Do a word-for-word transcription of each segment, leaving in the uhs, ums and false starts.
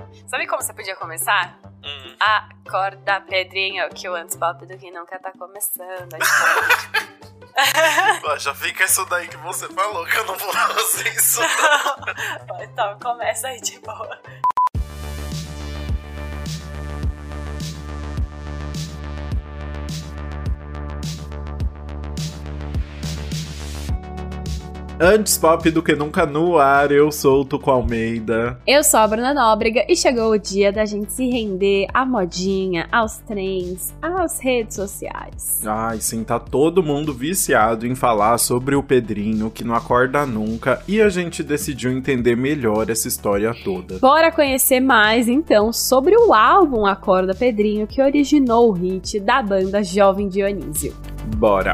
Sabe como você podia começar? Hum. Acorda, Pedrinho, que o antes pop do que nunca tá começando. Ó, já fica isso daí que você falou, que eu não vou fazer isso. Então, começa aí de boa. Antes pop do que nunca no ar, eu sou o Tuco Almeida. Eu sou a Bruna Nóbrega e chegou o dia da gente se render à modinha, aos trends, às redes sociais. Ai, sim, tá todo mundo viciado em falar sobre o Pedrinho, que não acorda nunca, e a gente decidiu entender melhor essa história toda. Bora conhecer mais, então, sobre o álbum Acorda Pedrinho, que originou o hit da banda Jovem Dionísio. Bora!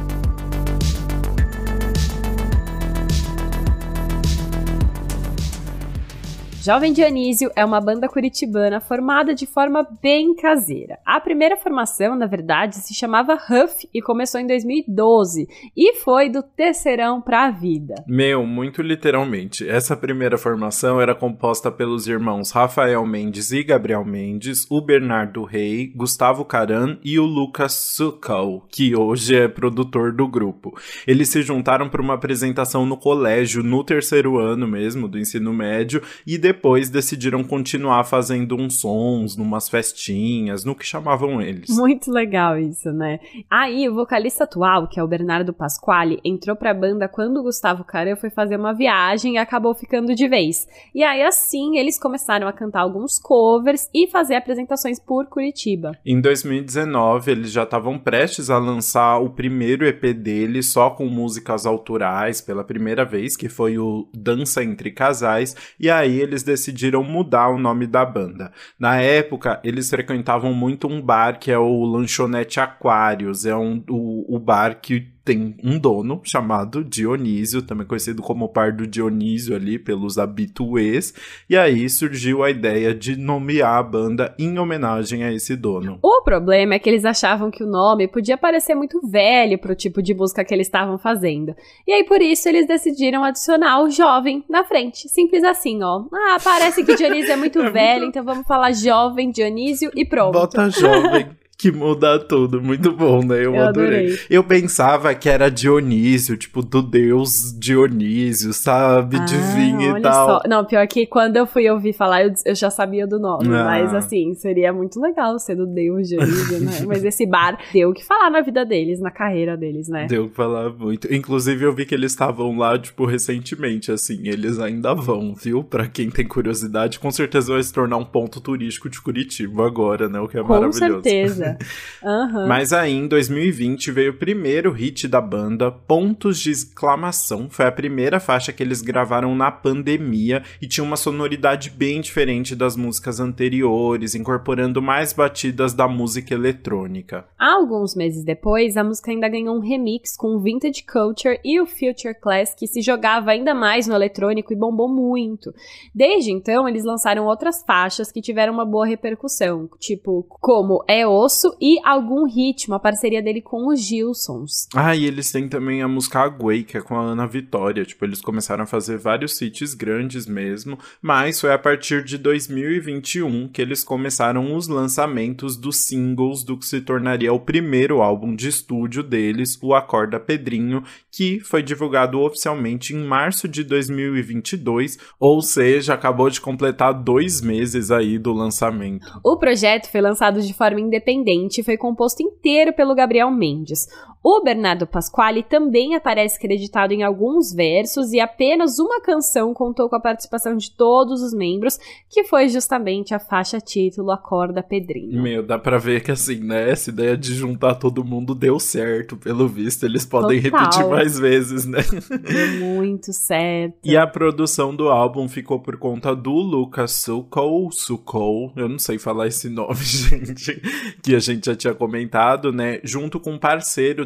Jovem Dionísio é uma banda curitibana formada de forma bem caseira. A primeira formação, na verdade, se chamava Huff e começou em dois mil e doze e foi do terceirão pra vida. Meu, muito literalmente. Essa primeira formação era composta pelos irmãos Rafael Mendes e Gabriel Mendes, o Bernardo Rey, Gustavo Caran e o Lucas Sukal, que hoje é produtor do grupo. Eles se juntaram para uma apresentação no colégio, no terceiro ano mesmo, do ensino médio, e depois Depois decidiram continuar fazendo uns sons, numas festinhas, no que chamavam eles. Muito legal isso, né? Aí, o vocalista atual, que é o Bernardo Pasquale, entrou pra banda quando o Gustavo Caran foi fazer uma viagem e acabou ficando de vez. E aí, assim, eles começaram a cantar alguns covers e fazer apresentações por Curitiba. Em dois mil e dezenove, eles já estavam prestes a lançar o primeiro E P deles, só com músicas autorais, pela primeira vez, que foi o Dança Entre Casais, e aí eles decidiram mudar o nome da banda. Na época, eles frequentavam muito um bar que é o Lanchonete Aquários, é um, o, o bar que tem um dono chamado Dionísio, também conhecido como par do Dionísio ali pelos habituês, e aí surgiu a ideia de nomear a banda em homenagem a esse dono. O problema é que eles achavam que o nome podia parecer muito velho pro tipo de música que eles estavam fazendo, e aí por isso eles decidiram adicionar o jovem na frente, simples assim, ó. Ah, parece que Dionísio é muito é velho, muito... então vamos falar Jovem Dionísio e pronto. Bota jovem. Que muda tudo, muito bom, né? Eu, eu adorei. adorei. Eu pensava que era Dionísio, tipo, do deus Dionísio, sabe? Ah, De vinho olha e tal. Só. Não, pior que quando eu fui ouvir falar, eu, eu já sabia do nome. Ah. Mas, assim, seria muito legal ser do deus Dionísio, né? Mas esse bar deu o que falar na vida deles, na carreira deles, né? Deu o que falar muito. Inclusive, eu vi que eles estavam lá, tipo, recentemente, assim. Eles ainda vão, viu? Pra quem tem curiosidade, com certeza vai se tornar um ponto turístico de Curitiba agora, né? O que é com maravilhoso. Com certeza. Uhum. Mas aí, em dois mil e vinte, veio o primeiro hit da banda, Pontos de Exclamação. Foi a primeira faixa que eles gravaram na pandemia e tinha uma sonoridade bem diferente das músicas anteriores, incorporando mais batidas da música eletrônica. Alguns meses depois, a música ainda ganhou um remix com o Vintage Culture e o Future Class, que se jogava ainda mais no eletrônico e bombou muito. Desde então, eles lançaram outras faixas que tiveram uma boa repercussão, tipo como É Osso e Algum Ritmo, a parceria dele com os Gilsons. Ah, e eles têm também a música Aguei, que é com a Ana Vitória. Tipo, eles começaram a fazer vários hits grandes mesmo, mas foi a partir de dois mil e vinte e um que eles começaram os lançamentos dos singles do que se tornaria o primeiro álbum de estúdio deles, o Acorda Pedrinho, que foi divulgado oficialmente em março de dois mil e vinte e dois, ou seja, acabou de completar dois meses aí do lançamento. O projeto foi lançado de forma independente e foi composto inteiro pelo Gabriel Mendes. O Bernardo Pasquale também aparece creditado em alguns versos e apenas uma canção contou com a participação de todos os membros, que foi justamente a faixa título Acorda Pedrinho. Meu, dá pra ver que assim, né, essa ideia de juntar todo mundo deu certo, pelo visto, eles podem Total. repetir mais vezes, né? Deu muito certo. E a produção do álbum ficou por conta do Lucas Sukal, Sukal, eu não sei falar esse nome, gente, que a gente já tinha comentado, né, junto com um parceiro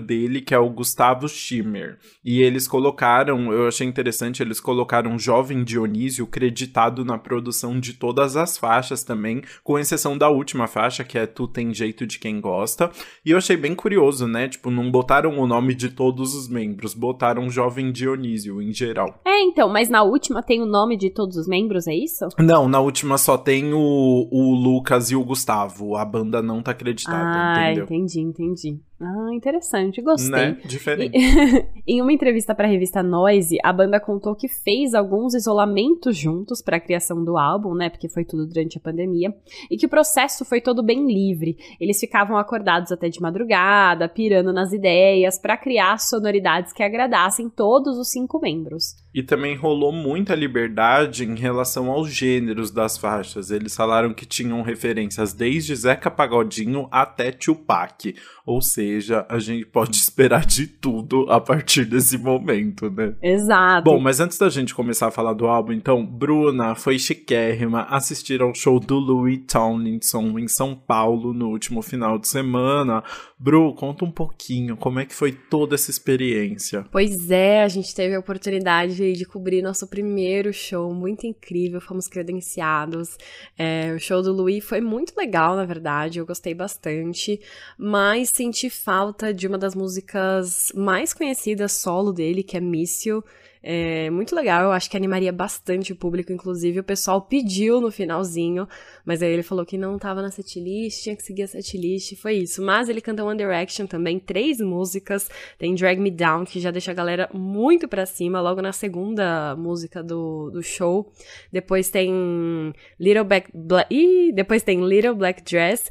dele, que é o Gustavo Schirmer. E eles colocaram, eu achei interessante, eles colocaram Jovem Dionísio creditado na produção de todas as faixas também, com exceção da última faixa, que é Tu Tem Jeito de Quem Gosta. E eu achei bem curioso, né? Tipo, não botaram o nome de todos os membros, botaram Jovem Dionísio em geral. É, então, mas na última tem o nome de todos os membros, é isso? Não, na última só tem o, o Lucas e o Gustavo. A banda não tá acreditada, ah, entendeu? entendi, entendi. Ah, interessante, gostei. Né? Diferente. E, em uma entrevista para a revista Noise, a banda contou que fez alguns isolamentos juntos para a criação do álbum, né? Porque foi tudo durante a pandemia. E que o processo foi todo bem livre. Eles ficavam acordados até de madrugada, pirando nas ideias, para criar sonoridades que agradassem todos os cinco membros. E também rolou muita liberdade em relação aos gêneros das faixas. Eles falaram que tinham referências desde Zeca Pagodinho até Tupac. Ou seja, a gente pode esperar de tudo a partir desse momento, né? Exato. Bom, mas antes da gente começar a falar do álbum, então, Bruna foi chiquérrima assistir ao show do Louis Tomlinson em São Paulo no último final de semana. Bru, conta um pouquinho como é que foi toda essa experiência. Pois é, a gente teve a oportunidade de cobrir nosso primeiro show, muito incrível, fomos credenciados. É, o show do Louis foi muito legal, na verdade, eu gostei bastante, mas senti falta de uma das músicas mais conhecidas solo dele, que é Miss You. É muito legal, eu acho que animaria bastante o público, inclusive o pessoal pediu no finalzinho, mas aí ele falou que não tava na setlist, tinha que seguir a setlist, foi isso. Mas ele cantou One Direction também, três músicas, tem Drag Me Down, que já deixa a galera muito pra cima, logo na segunda música do, do show. Depois tem Little Black, Black Ih, depois tem Little Black Dress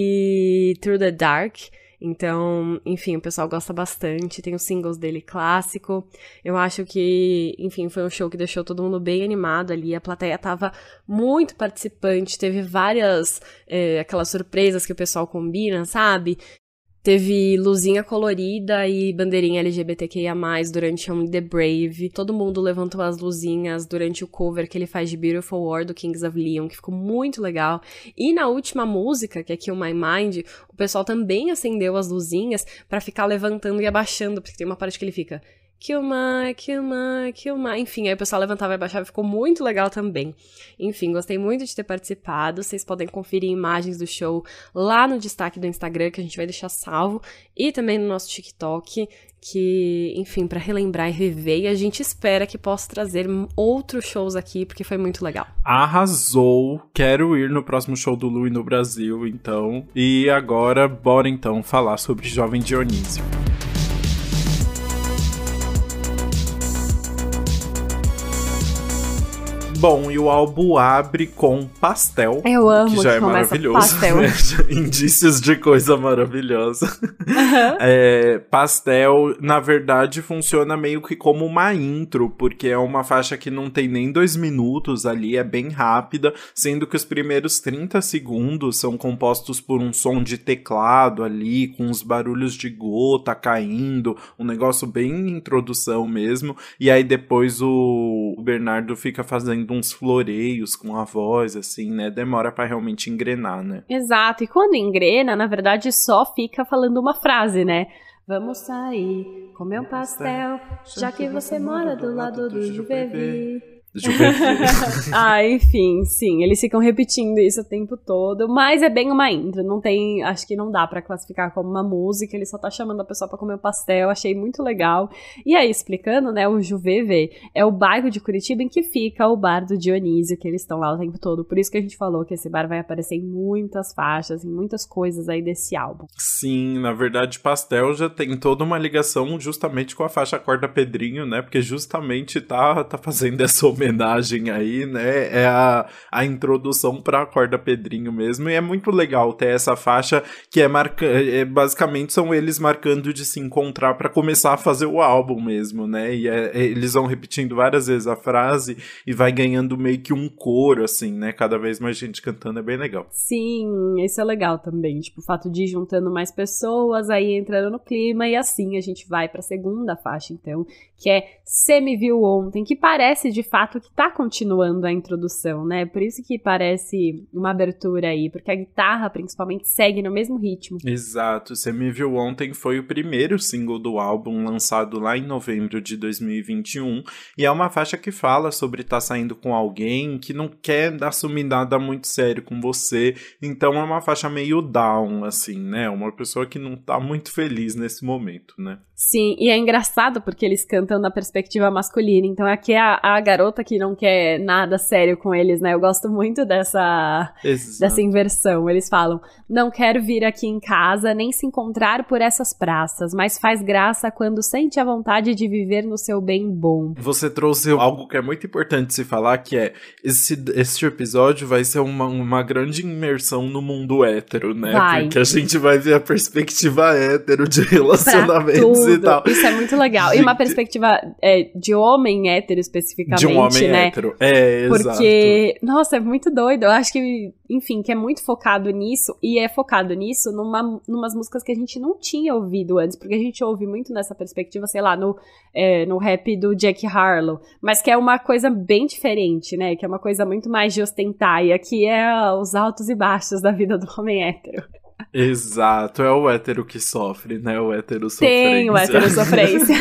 e Through the Dark. Então, enfim, o pessoal gosta bastante, tem os singles dele clássico. Eu acho que, enfim, foi um show que deixou todo mundo bem animado ali, a plateia tava muito participante, teve várias, é, aquelas surpresas que o pessoal combina, sabe? Teve luzinha colorida e bandeirinha L G B T Q I A mais, durante Only the Brave. Todo mundo levantou as luzinhas durante o cover que ele faz de Beautiful War do Kings of Leon, que ficou muito legal. E na última música, que é Kill My Mind, o pessoal também acendeu as luzinhas pra ficar levantando e abaixando, porque tem uma parte que ele fica... Kill my, kill my, kill my... Enfim, aí o pessoal levantava e abaixava, ficou muito legal também. Enfim, gostei muito de ter participado. Vocês podem conferir imagens do show lá no destaque do Instagram, que a gente vai deixar salvo. E também no nosso TikTok, que, enfim, pra relembrar e rever. E a gente espera que possa trazer outros shows aqui, porque foi muito legal. Arrasou! Quero ir no próximo show do Louis no Brasil, então. E agora, bora então falar sobre Jovem Dionísio. Bom, e o álbum abre com Pastel, Eu amo que já que é começa maravilhoso. Pastel. Né? Indícios de coisa maravilhosa. Uhum. É, Pastel, na verdade, funciona meio que como uma intro, porque é uma faixa que não tem nem dois minutos ali, é bem rápida, sendo que os primeiros trinta segundos são compostos por um som de teclado ali, com os barulhos de gota caindo, um negócio bem introdução mesmo, e aí depois o Bernardo fica fazendo uns floreios com a voz, assim, né? Demora pra realmente engrenar, né? Exato, e quando engrena, na verdade, só fica falando uma frase, né? Vamos sair, comer um pastel, já que você mora do lado do Juvevi. Ah, enfim, sim, eles ficam repetindo isso o tempo todo, mas é bem uma intro, não tem, acho que não dá pra classificar como uma música, ele só tá chamando a pessoa pra comer um pastel, achei muito legal. E aí, explicando, né, o Juvevi é o bairro de Curitiba em que fica o bar do Dionísio, que eles estão lá o tempo todo, por isso que a gente falou que esse bar vai aparecer em muitas faixas, em muitas coisas aí desse álbum. Sim, na verdade, Pastel já tem toda uma ligação justamente com a faixa Acorda Pedrinho, né, porque justamente tá, tá fazendo essa homenagem aí, né, é a, a introdução pra Acorda Pedrinho mesmo, e é muito legal ter essa faixa que é, marca, é basicamente são eles marcando de se encontrar pra começar a fazer o álbum mesmo, né, e é, é, eles vão repetindo várias vezes a frase e vai ganhando meio que um coro, assim, né, cada vez mais gente cantando, é bem legal. Sim, isso é legal também, tipo, o fato de ir juntando mais pessoas, aí entrando no clima, e assim a gente vai pra segunda faixa, então, que é Cê Me Viu Ontem, que parece de fato fato que tá continuando a introdução, né? Por isso que parece uma abertura aí, porque a guitarra, principalmente, segue no mesmo ritmo. Exato. Você Me Viu Ontem foi o primeiro single do álbum, lançado lá em novembro de dois mil e vinte e um, e é uma faixa que fala sobre estar tá saindo com alguém que não quer assumir nada muito sério com você, então é uma faixa meio down, assim, né? Uma pessoa que não tá muito feliz nesse momento, né? Sim, e é engraçado porque eles cantam na perspectiva masculina, então aqui é a, a garota que não quer nada sério com eles, né? Eu gosto muito dessa, dessa inversão. Eles falam, não quero vir aqui em casa, nem se encontrar por essas praças, mas faz graça quando sente a vontade de viver no seu bem bom. Você trouxe algo que é muito importante se falar, que é, esse, esse episódio vai ser uma, uma grande imersão no mundo hétero, né? Vai. Porque a gente vai ver a perspectiva hétero de relacionamentos e tal. Isso é muito legal. Gente, e uma perspectiva é, de homem hétero especificamente, de um homem né? hétero, é, exato. Porque, nossa, é muito doido. Eu acho que, enfim, que é muito focado nisso, e é focado nisso numa, numas músicas que a gente não tinha ouvido antes, porque a gente ouve muito nessa perspectiva, sei lá, no, é, no rap do Jack Harlow, mas que é uma coisa bem diferente, né? Que é uma coisa muito mais de ostentar, e aqui é os altos e baixos da vida do homem hétero. Exato, é o hétero que sofre, né? O hétero sofrência. Tem o hétero sofrência.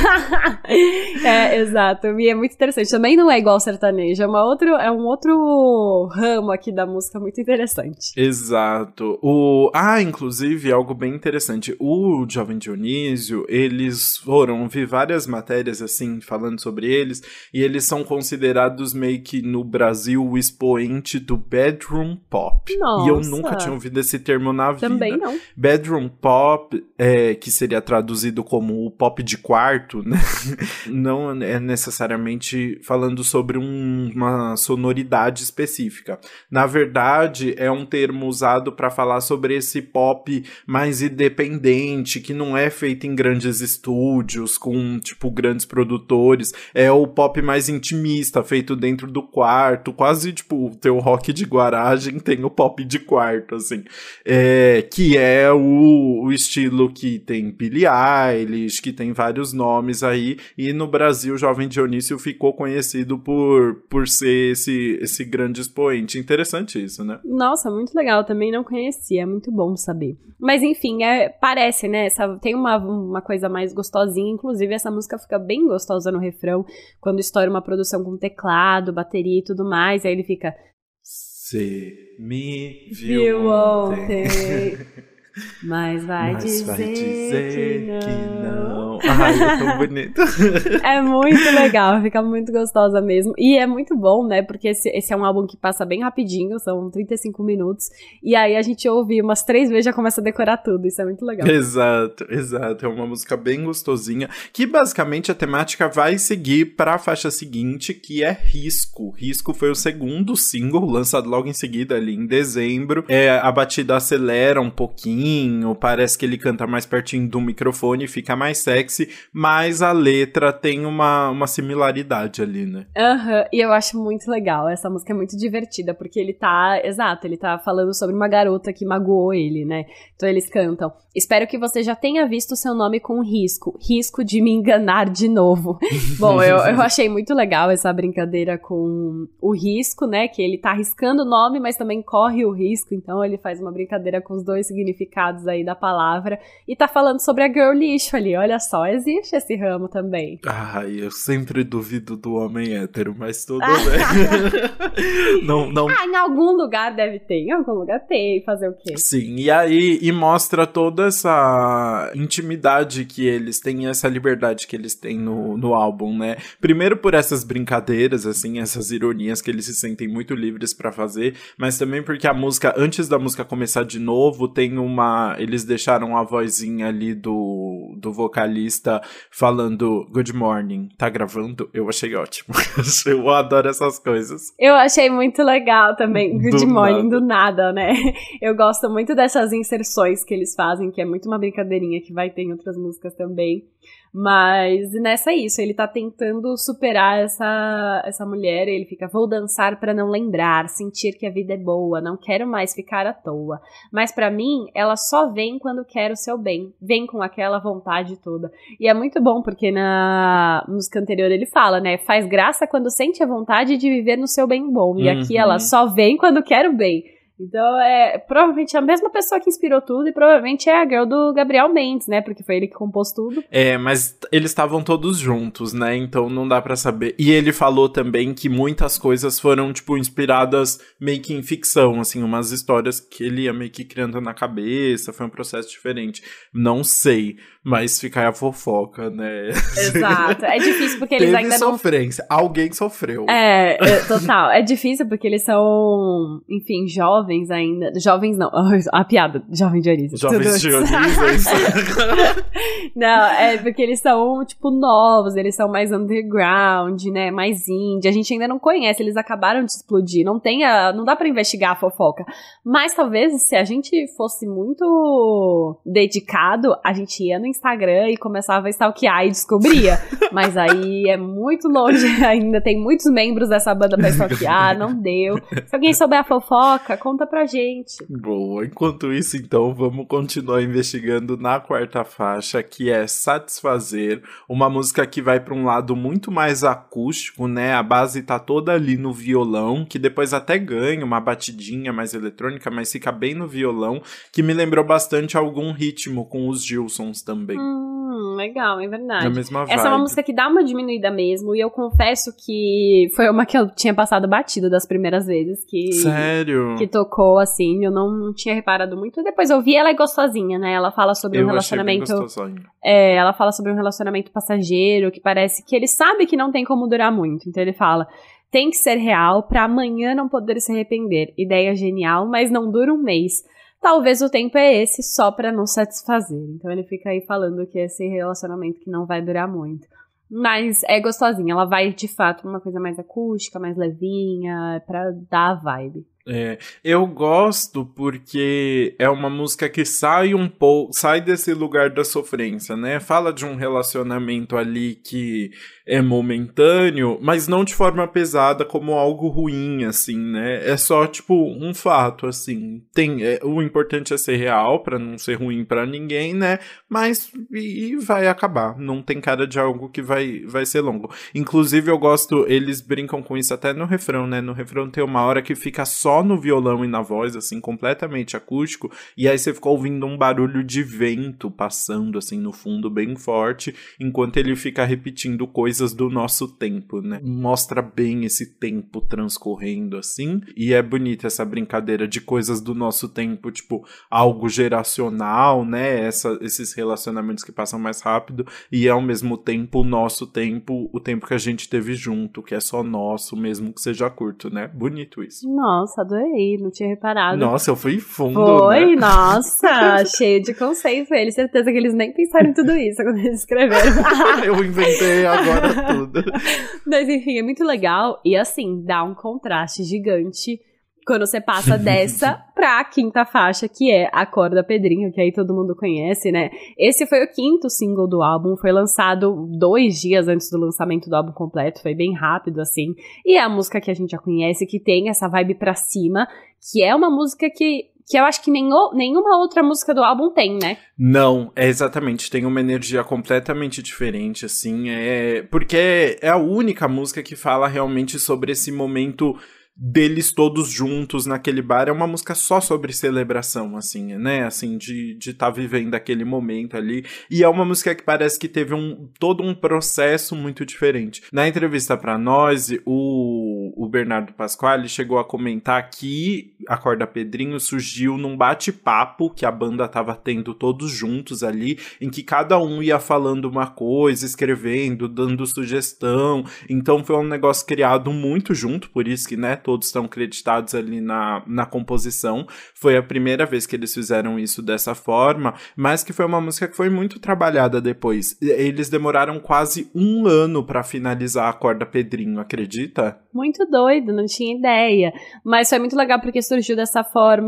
É, exato. E é muito interessante. Também não é igual sertanejo, é, uma outro, é um outro ramo aqui da música muito interessante. Exato. O... Ah, inclusive, algo bem interessante. O Jovem Dionísio, eles foram, vi várias matérias, assim, falando sobre eles, e eles são considerados meio que, no Brasil, o expoente do bedroom pop. Nossa. E eu nunca tinha ouvido esse termo na vida. Também não. Bedroom pop, é, que seria traduzido como o pop de quarto, né? Não é necessariamente falando sobre um, uma sonoridade específica. Na verdade, é um termo usado para falar sobre esse pop mais independente, que não é feito em grandes estúdios, com, tipo, grandes produtores. É o pop mais intimista, feito dentro do quarto. Quase, tipo, o teu rock de garagem tem o pop de quarto, assim. É, que é o, o estilo que tem Billie Eilish, que tem vários nomes aí, e no Brasil o Jovem Dionísio ficou conhecido por, por ser esse, esse grande expoente. Interessante isso, né? Nossa, muito legal, também não conhecia, é muito bom saber. Mas enfim, é, parece, né, essa, tem uma, uma coisa mais gostosinha, inclusive essa música fica bem gostosa no refrão, quando estoura uma produção com teclado, bateria e tudo mais, aí ele fica... Você me viu, viu ontem, ontem. Mas vai, Mas dizer, vai dizer que que não. não. Ai, é tão bonito. É muito legal, fica muito gostosa mesmo. E é muito bom, né? Porque esse, esse é um álbum que passa bem rapidinho, são trinta e cinco minutos. E aí a gente ouve umas três vezes e já começa a decorar tudo. Isso é muito legal. Exato, exato. É uma música bem gostosinha, que basicamente a temática vai seguir para a faixa seguinte, que é Risco. Risco foi o segundo single, lançado logo em seguida, ali em dezembro. É, a batida acelera um pouquinho, parece que ele canta mais pertinho do microfone, fica mais sexy, mas a letra tem uma, uma similaridade ali, né? Aham, uhum. E eu acho muito legal, essa música é muito divertida, porque ele tá, exato, ele tá falando sobre uma garota que magoou ele, né? Então eles cantam, espero que você já tenha visto seu nome com risco, risco de me enganar de novo. Bom, eu, eu achei muito legal essa brincadeira com o risco, né? Que ele tá arriscando o nome, mas também corre o risco, então ele faz uma brincadeira com os dois significados aí da palavra, e tá falando sobre a girl lixo ali, olha só, existe esse ramo também. Ai, eu sempre duvido do homem hétero, mas tudo bem. não, não... Ah, em algum lugar deve ter, em algum lugar tem, fazer o quê? Sim, e aí, e mostra toda essa intimidade que eles têm, essa liberdade que eles têm no, no álbum, né? Primeiro por essas brincadeiras, assim, essas ironias que eles se sentem muito livres pra fazer, mas também porque a música, antes da música começar de novo, tem uma eles deixaram a vozinha ali do, do vocalista falando good morning, tá gravando? Eu achei ótimo. Eu adoro essas coisas. Eu achei muito legal também, good do morning, nada. do nada, né? Eu gosto muito dessas inserções que eles fazem, que é muito uma brincadeirinha que vai ter em outras músicas também. Mas nessa é isso, ele tá tentando superar essa, essa mulher, ele fica, vou dançar pra não lembrar, sentir que a vida é boa, não quero mais ficar à toa. Mas pra mim, ela só vem quando quer o seu bem, vem com aquela vontade toda. E é muito bom, porque na música anterior ele fala, né, faz graça quando sente a vontade de viver no seu bem bom. E Uhum. aqui ela só vem quando quer o bem. Então, é provavelmente a mesma pessoa que inspirou tudo e provavelmente é a girl do Gabriel Mendes, né? Porque foi ele que compôs tudo. É, mas eles estavam todos juntos, né? Então não dá pra saber. E ele falou também que muitas coisas foram, tipo, inspiradas meio que em ficção, assim, umas histórias que ele ia meio que criando na cabeça, foi um processo diferente. Não sei, mas fica aí a fofoca, né? Exato. É difícil porque eles Teve ainda não... sofrência. Alguém sofreu. É, é, total. É difícil porque eles são, enfim, jovens ainda. Jovens não. A piada. Jovem Dionísio. Jovens Tudo- Dionísio. Não, é porque eles são, tipo, novos, eles são mais underground, né, mais indie, a gente ainda não conhece, eles acabaram de explodir, não tem a, não dá pra investigar a fofoca, mas talvez se a gente fosse muito dedicado, a gente ia no Instagram e começava a stalkear e descobria, mas aí é muito longe ainda, tem muitos membros dessa banda pra stalkear, não deu. Se alguém souber a fofoca, conta pra gente. Boa, enquanto isso, então, vamos continuar investigando na quarta faixa, que é Satisfazer, uma música que vai para um lado muito mais acústico, né? A base tá toda ali no violão, que depois até ganha uma batidinha mais eletrônica, mas fica bem no violão, que me lembrou bastante algum ritmo com os Gilsons também. Hum, legal, é verdade. Na mesma vibe. Essa é uma música que dá uma diminuída mesmo, e eu confesso que foi uma que eu tinha passado batido das primeiras vezes que, Sério? que tocou, assim, eu não, não tinha reparado muito. Depois eu vi, ela é gostosinha, né? Ela fala sobre Eu um achei bem relacionamento. gostosinho. É, ela fala sobre um relacionamento passageiro, que parece que ele sabe que não tem como durar muito. Então ele fala, tem que ser real pra amanhã não poder se arrepender. Ideia genial, mas não dura um mês. Talvez o tempo é esse só pra não satisfazer. Então ele fica aí falando que esse relacionamento que não vai durar muito. Mas é gostosinha, ela vai de fato pra uma coisa mais acústica, mais levinha, pra dar a vibe. É, eu gosto porque é uma música que sai um pouco, sai desse lugar da sofrência, né? Fala de um relacionamento ali que é momentâneo, mas não de forma pesada como algo ruim, assim, né? É só, tipo, um fato, assim. Tem, é, o importante é ser real, pra não ser ruim pra ninguém, né? Mas, e, e vai acabar. Não tem cara de algo que vai, vai ser longo. Inclusive, eu gosto, eles brincam com isso até no refrão, né? No refrão tem uma hora que fica só no violão e na voz, assim, completamente acústico, e aí você fica ouvindo um barulho de vento passando, assim, no fundo, bem forte, enquanto ele fica repetindo coisas do nosso tempo, né? Mostra bem esse tempo transcorrendo, assim, e é bonita essa brincadeira de coisas do nosso tempo, tipo, algo geracional, né? Essa, esses relacionamentos que passam mais rápido, e ao mesmo tempo o nosso tempo, o tempo que a gente teve junto, que é só nosso, mesmo que seja curto, né? Bonito isso. Nossa, adorei, não tinha reparado. Nossa, eu fui fundo, Foi, né? nossa, cheio de conceito ele. Certeza que eles nem pensaram em tudo isso quando eles escreveram. Eu inventei agora tudo. Mas enfim, é muito legal. E assim, dá um contraste gigante quando você passa dessa pra quinta faixa, que é Acorda Pedrinho, que aí todo mundo conhece, né? Esse foi o quinto single do álbum, foi lançado dois dias antes do lançamento do álbum completo, foi bem rápido, assim. E é a música que a gente já conhece, que tem essa vibe pra cima, que é uma música que, que eu acho que nem o, nenhuma outra música do álbum tem, né? Não, é exatamente, tem uma energia completamente diferente, assim, é... porque é a única música que fala realmente sobre esse momento deles todos juntos naquele bar. É uma música só sobre celebração, assim, né, assim, de de tá vivendo aquele momento ali, e é uma música que parece que teve um, todo um processo muito diferente. Na entrevista pra nós, o, o Bernardo Pasquale chegou a comentar que Acorda Pedrinho surgiu num bate-papo que a banda tava tendo todos juntos ali, em que cada um ia falando uma coisa, escrevendo, dando sugestão, então foi um negócio criado muito junto, por isso que, né, todos estão creditados ali na, na composição. Foi a primeira vez que eles fizeram isso dessa forma, mas que foi uma música que foi muito trabalhada depois. Eles demoraram quase um ano pra finalizar Acorda Pedrinho, acredita? Muito doido, não tinha ideia. Mas foi muito legal porque surgiu dessa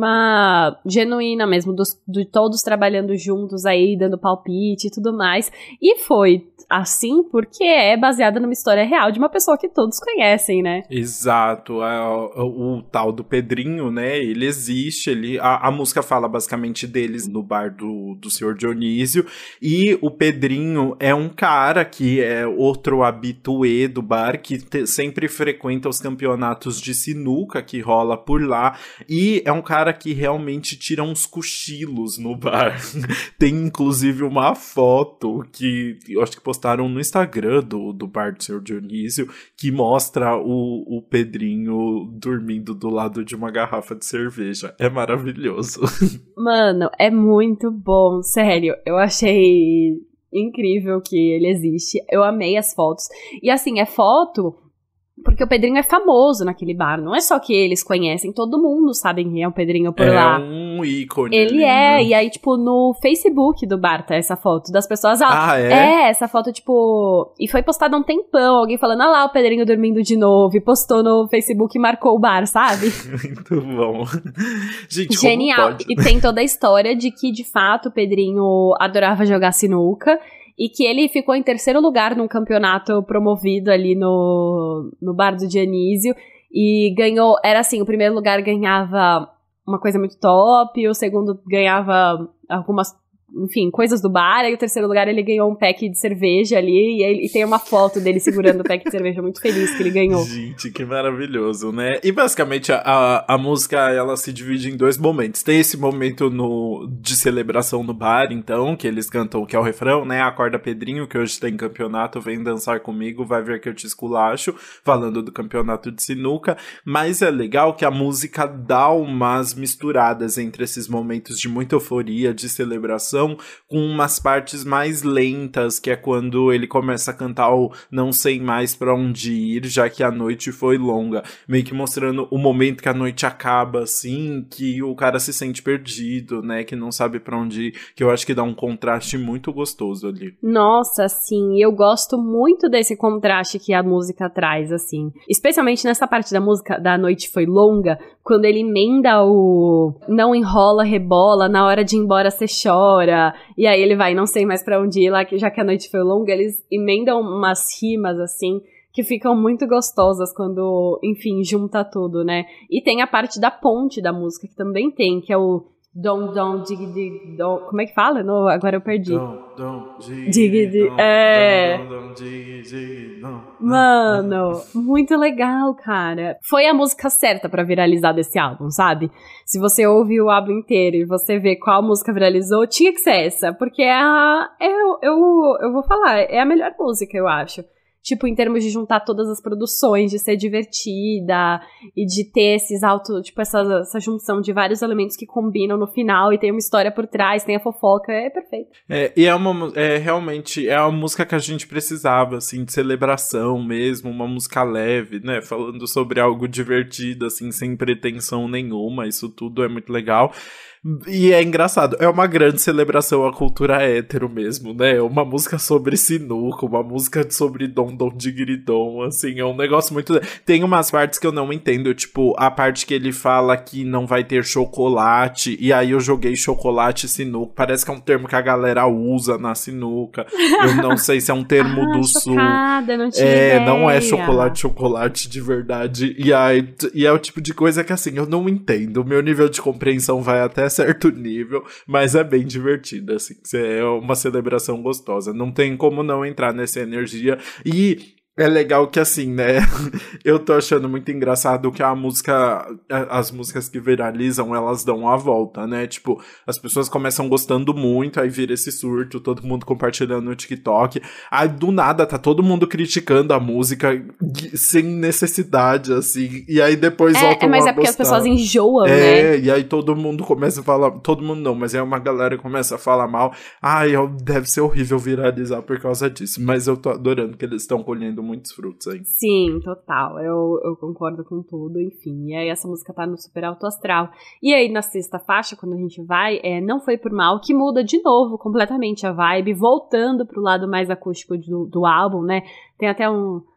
forma genuína mesmo, dos, de todos trabalhando juntos aí, dando palpite e tudo mais. E foi assim porque é baseada numa história real de uma pessoa que todos conhecem, né? Exato. É, o, o tal do Pedrinho, né? Ele existe, ele, a, a música fala basicamente deles no bar do, do senhor Dionísio. E o Pedrinho é um cara que é outro habituê do bar, que te, sempre frequenta os campeonatos de sinuca que rola por lá. E é um cara que realmente tira uns cochilos no bar. Tem inclusive uma foto que eu acho que postaram no Instagram do, do bar do senhor Dionísio, que mostra o, o Pedrinho dormindo do lado de uma garrafa de cerveja. É maravilhoso. Mano, é muito bom, sério. Eu achei incrível que ele existe. Eu amei as fotos. E assim, é foto porque o Pedrinho é famoso naquele bar. Não é só que eles conhecem, todo mundo sabe quem é o Pedrinho por é lá. É um ícone. Ele ali, é, né? E aí, tipo, no Facebook do bar tá essa foto das pessoas. Ah, ah é? É, essa foto, tipo... E foi postada há um tempão, alguém falando, ah lá, o Pedrinho dormindo de novo. E postou no Facebook e marcou o bar, sabe? Muito bom. Gente, genial. Como pode? E tem toda a história de que, de fato, o Pedrinho adorava jogar sinuca. E que ele ficou em terceiro lugar num campeonato promovido ali no, no bar do Dionísio. E ganhou, era assim, o primeiro lugar ganhava uma coisa muito top, o segundo ganhava algumas, enfim, coisas do bar, e o terceiro lugar ele ganhou um pack de cerveja ali, e, ele, e tem uma foto dele segurando o pack de cerveja, muito feliz que ele ganhou. Gente, que maravilhoso, né? E basicamente a, a, a música, ela se divide em dois momentos. Tem esse momento no, de celebração no bar, então, que eles cantam, que é o refrão, né? Acorda Pedrinho, que hoje tem campeonato, vem dançar comigo, vai ver que eu te esculacho, falando do campeonato de sinuca. Mas é legal que a música dá umas misturadas entre esses momentos de muita euforia, de celebração, com umas partes mais lentas, que é quando ele começa a cantar o Não Sei Mais Pra Onde Ir, já que a noite foi longa, meio que mostrando o momento que a noite acaba, assim, que o cara se sente perdido, né, que não sabe pra onde ir, que eu acho que dá um contraste muito gostoso ali. Nossa, sim, eu gosto muito desse contraste que a música traz, assim, especialmente nessa parte da música da noite foi longa, quando ele emenda o não enrola, rebola, na hora de ir embora cê chora. E aí ele vai, não sei mais pra onde ir lá, que já que a noite foi longa, eles emendam umas rimas, assim, que ficam muito gostosas quando, enfim, junta tudo, né? E tem a parte da ponte da música, que também tem, que é o dom, dom, dig, dig, dom. Como é que fala? Não, agora eu perdi. Dom, dom, dig, dig, dig. dom, É. Dom, dom, dig, dig, dom. Mano, muito legal, cara. Foi a música certa pra viralizar desse álbum, sabe? Se você ouve o álbum inteiro e você vê qual música viralizou, tinha que ser essa, porque é a, eu, eu, eu vou falar, é a melhor música, eu acho. Tipo, em termos de juntar todas as produções, de ser divertida e de ter esses auto, tipo, essa, essa junção de vários elementos que combinam no final e tem uma história por trás, tem a fofoca, é perfeito. É, e é uma, é realmente, é a música que a gente precisava, assim, de celebração mesmo, uma música leve, né, falando sobre algo divertido, assim, sem pretensão nenhuma, isso tudo é muito legal. E é engraçado, é uma grande celebração à cultura hétero mesmo, né? Uma música sobre sinuca, uma música sobre dom dom digridom, assim, é um negócio muito... Tem umas partes que eu não entendo, tipo, a parte que ele fala que não vai ter chocolate, e aí eu joguei chocolate e sinuca, parece que é um termo que a galera usa na sinuca, eu não sei se é um termo ah, do chocada, sul. Não tinha é, ideia. Não é chocolate, chocolate de verdade, e, aí, e é o tipo de coisa que, assim, eu não entendo, o meu nível de compreensão vai até certo nível, mas é bem divertido, assim, é uma celebração gostosa, não tem como não entrar nessa energia, e é legal que, assim, né, eu tô achando muito engraçado que a música, as músicas que viralizam, elas dão a volta, né, tipo, as pessoas começam gostando muito, aí vira esse surto, todo mundo compartilhando no TikTok, aí do nada tá todo mundo criticando a música sem necessidade, assim, e aí depois é, voltam é, mas a é porque gostar. as pessoas enjoam, é, né? É, e aí todo mundo começa a falar, todo mundo não, mas aí uma galera começa a falar mal, ai, deve ser horrível viralizar por causa disso, mas eu tô adorando que eles estão colhendo muitos frutos aí. Sim, total. Eu, eu concordo com tudo, enfim. E aí essa música tá no super alto astral. E aí na sexta faixa, quando a gente vai, é Não Foi Por Mal, que muda de novo completamente a vibe, voltando pro lado mais acústico do, do álbum, né? Tem até um,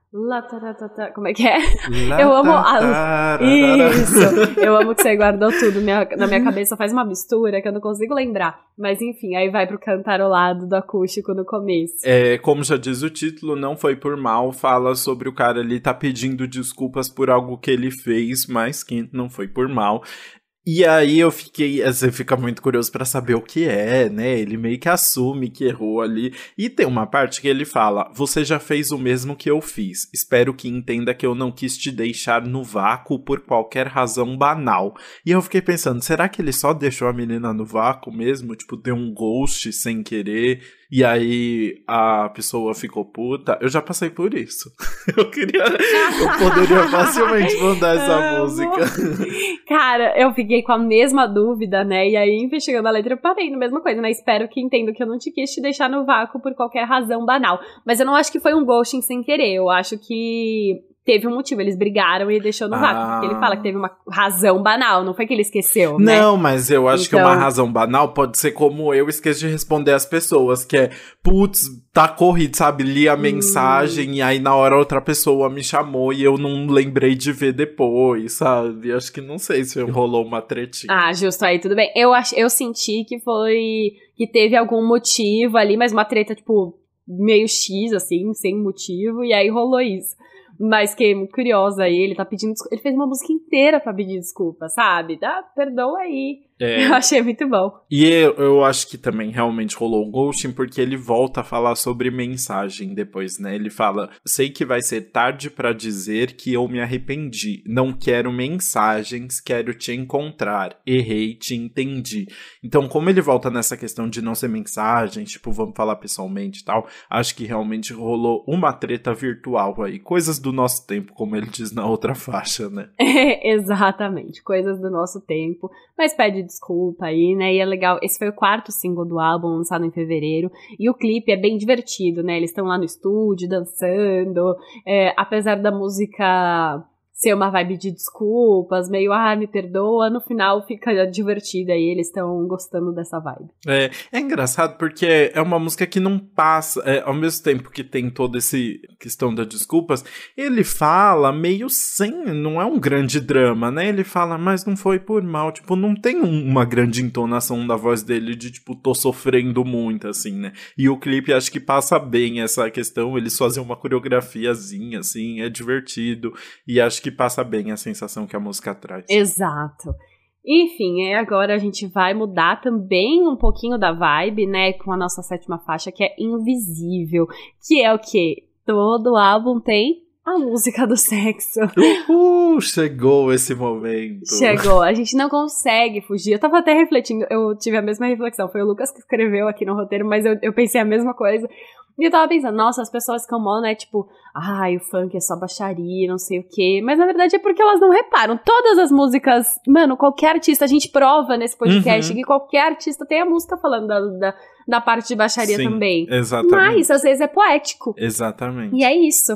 Lá, taratata, como é que é? Lá, eu amo a... Isso! Eu amo que você guardou tudo minha, na minha cabeça, faz uma mistura que eu não consigo lembrar. Mas enfim, aí vai pro cantarolado do acústico no começo. É, como já diz o título, não foi por mal, fala sobre o cara ali tá pedindo desculpas por algo que ele fez, mas que não foi por mal. E aí eu fiquei, você fica muito curioso pra saber o que é, né? Ele meio que assume que errou ali. E tem uma parte que ele fala, você já fez o mesmo que eu fiz. Espero que entenda que eu não quis te deixar no vácuo por qualquer razão banal. E eu fiquei pensando, será que ele só deixou a menina no vácuo mesmo? Tipo, deu um ghost sem querer... E aí a pessoa ficou puta. Eu já passei por isso. Eu queria... Eu poderia facilmente mandar essa música. Cara, eu fiquei com a mesma dúvida, né? E aí, investigando a letra, eu parei na mesma coisa, né? Espero que entenda que eu não te quis te deixar no vácuo por qualquer razão banal. Mas eu não acho que foi um ghosting sem querer. Eu acho que... teve um motivo, eles brigaram e ele deixou no vácuo. Ah. Porque ele fala que teve uma razão banal, não foi que ele esqueceu, né? Não, mas eu acho então... que uma razão banal pode ser como eu esqueço de responder às pessoas, que é, putz, tá corrido, sabe? Li a hum. mensagem e aí na hora outra pessoa me chamou e eu não lembrei de ver depois, sabe? Acho que não sei se rolou uma tretinha. Ah, justo, aí tudo bem. Eu, ach... eu senti que foi... que teve algum motivo ali, mas uma treta, tipo, meio X, assim, sem motivo, e aí rolou isso. Mas fiquei muito curiosa aí, ele tá pedindo desculpa. Ele fez uma música inteira pra pedir desculpa, sabe? Dá, perdoa aí. É. Eu achei muito bom. E eu, eu acho que também realmente rolou o ghosting, porque ele volta a falar sobre mensagem depois, né? Ele fala, sei que vai ser tarde pra dizer que eu me arrependi. Não quero mensagens, quero te encontrar. Errei, te entendi. Então, como ele volta nessa questão de não ser mensagem, tipo, vamos falar pessoalmente e tal, acho que realmente rolou uma treta virtual aí. Coisas do nosso tempo, como ele diz na outra faixa, né? É, exatamente. Coisas do nosso tempo. Mas pede desculpa aí, né? E é legal. Esse foi o quarto single do álbum, lançado em fevereiro. E o clipe é bem divertido, né? Eles estão lá no estúdio, dançando. É, apesar da música ser uma vibe de desculpas, meio, ah, me perdoa, no final fica divertida e eles estão gostando dessa vibe. É, é engraçado porque é uma música que não passa, é, ao mesmo tempo que tem toda essa questão das desculpas, ele fala meio sem, não é um grande drama, né? Ele fala, mas não foi por mal, tipo, não tem um, uma grande entonação da voz dele de, tipo, tô sofrendo muito, assim, né? E o clipe acho que passa bem essa questão, eles fazem uma coreografiazinha, assim, é divertido, e acho que que passa bem a sensação que a música traz. Exato. Enfim, é, agora a gente vai mudar também um pouquinho da vibe, né, com a nossa sétima faixa, que é Invisível, que é o quê? Todo álbum tem a música do sexo. Uhul, chegou esse momento. Chegou, a gente não consegue fugir. Eu tava até refletindo, eu tive a mesma reflexão, foi o Lucas que escreveu aqui no roteiro, mas eu, eu pensei a mesma coisa. E eu tava pensando, nossa, as pessoas ficam mal, né, tipo, ai, o funk é só baixaria, não sei o quê. Mas na verdade é porque elas não reparam. Todas as músicas, mano, qualquer artista, a gente prova nesse podcast uhum. que qualquer artista tem a música falando da, da, da parte de baixaria Sim, também. Exatamente. Mas às vezes é poético. Exatamente. E é isso.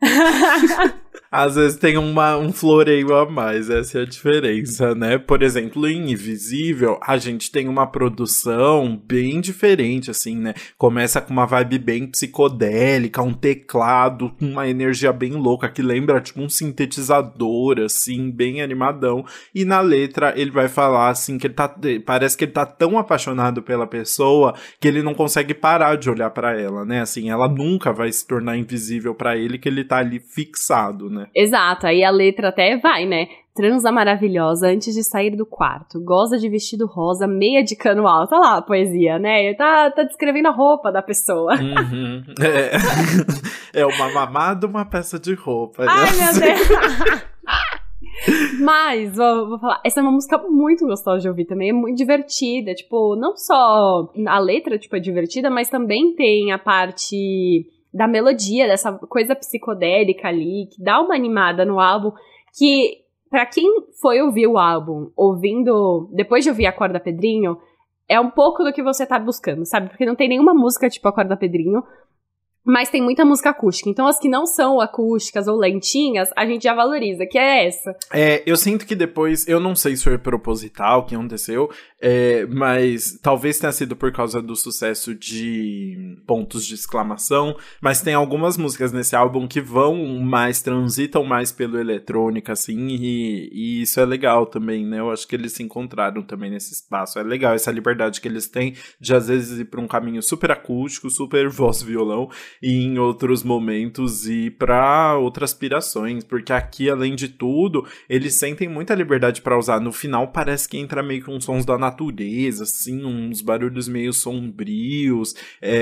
Às vezes tem uma, um floreio a mais, essa é a diferença, né? Por exemplo, em Invisível, a gente tem uma produção bem diferente, assim, né? Começa com uma vibe bem psicodélica, um teclado, uma energia bem louca, que lembra, tipo, um sintetizador, assim, bem animadão. E na letra, ele vai falar, assim, que ele tá... Parece que ele tá tão apaixonado pela pessoa que ele não consegue parar de olhar pra ela, né? Assim, ela nunca vai se tornar invisível pra ele, que ele tá ali fixado, né? Exato, aí a letra até vai, né? Transa maravilhosa antes de sair do quarto. Goza de vestido rosa, meia de cano alto. Olha lá a poesia, né? Tá, tá descrevendo a roupa da pessoa. Uhum. É. É uma mamada, uma peça de roupa. Ai, meu Deus! Mas, vou, vou falar, essa é uma música muito gostosa de ouvir também, é muito divertida, tipo, não só a letra, tipo, é divertida, mas também tem a parte da melodia, dessa coisa psicodélica ali, que dá uma animada no álbum, que, pra quem foi ouvir o álbum, ouvindo, depois de ouvir Acorda Pedrinho, é um pouco do que você tá buscando, sabe? Porque não tem nenhuma música tipo Acorda Pedrinho, Mas tem muita música acústica. Então as que não são acústicas ou lentinhas, a gente já valoriza, que é essa. É, eu sinto que depois, eu não sei se foi proposital, o que aconteceu, é, mas talvez tenha sido por causa do sucesso de pontos de exclamação, mas tem algumas músicas nesse álbum que vão mais, transitam mais pelo eletrônica, assim, e, e isso é legal também, né? Eu acho que eles se encontraram também nesse espaço. É legal essa liberdade que eles têm de, às vezes, ir pra um caminho super acústico, super voz-violão, e em outros momentos ir pra outras aspirações, porque aqui, além de tudo, eles sentem muita liberdade pra usar. No final parece que entra meio com sons da natureza, assim, uns barulhos meio sombrios,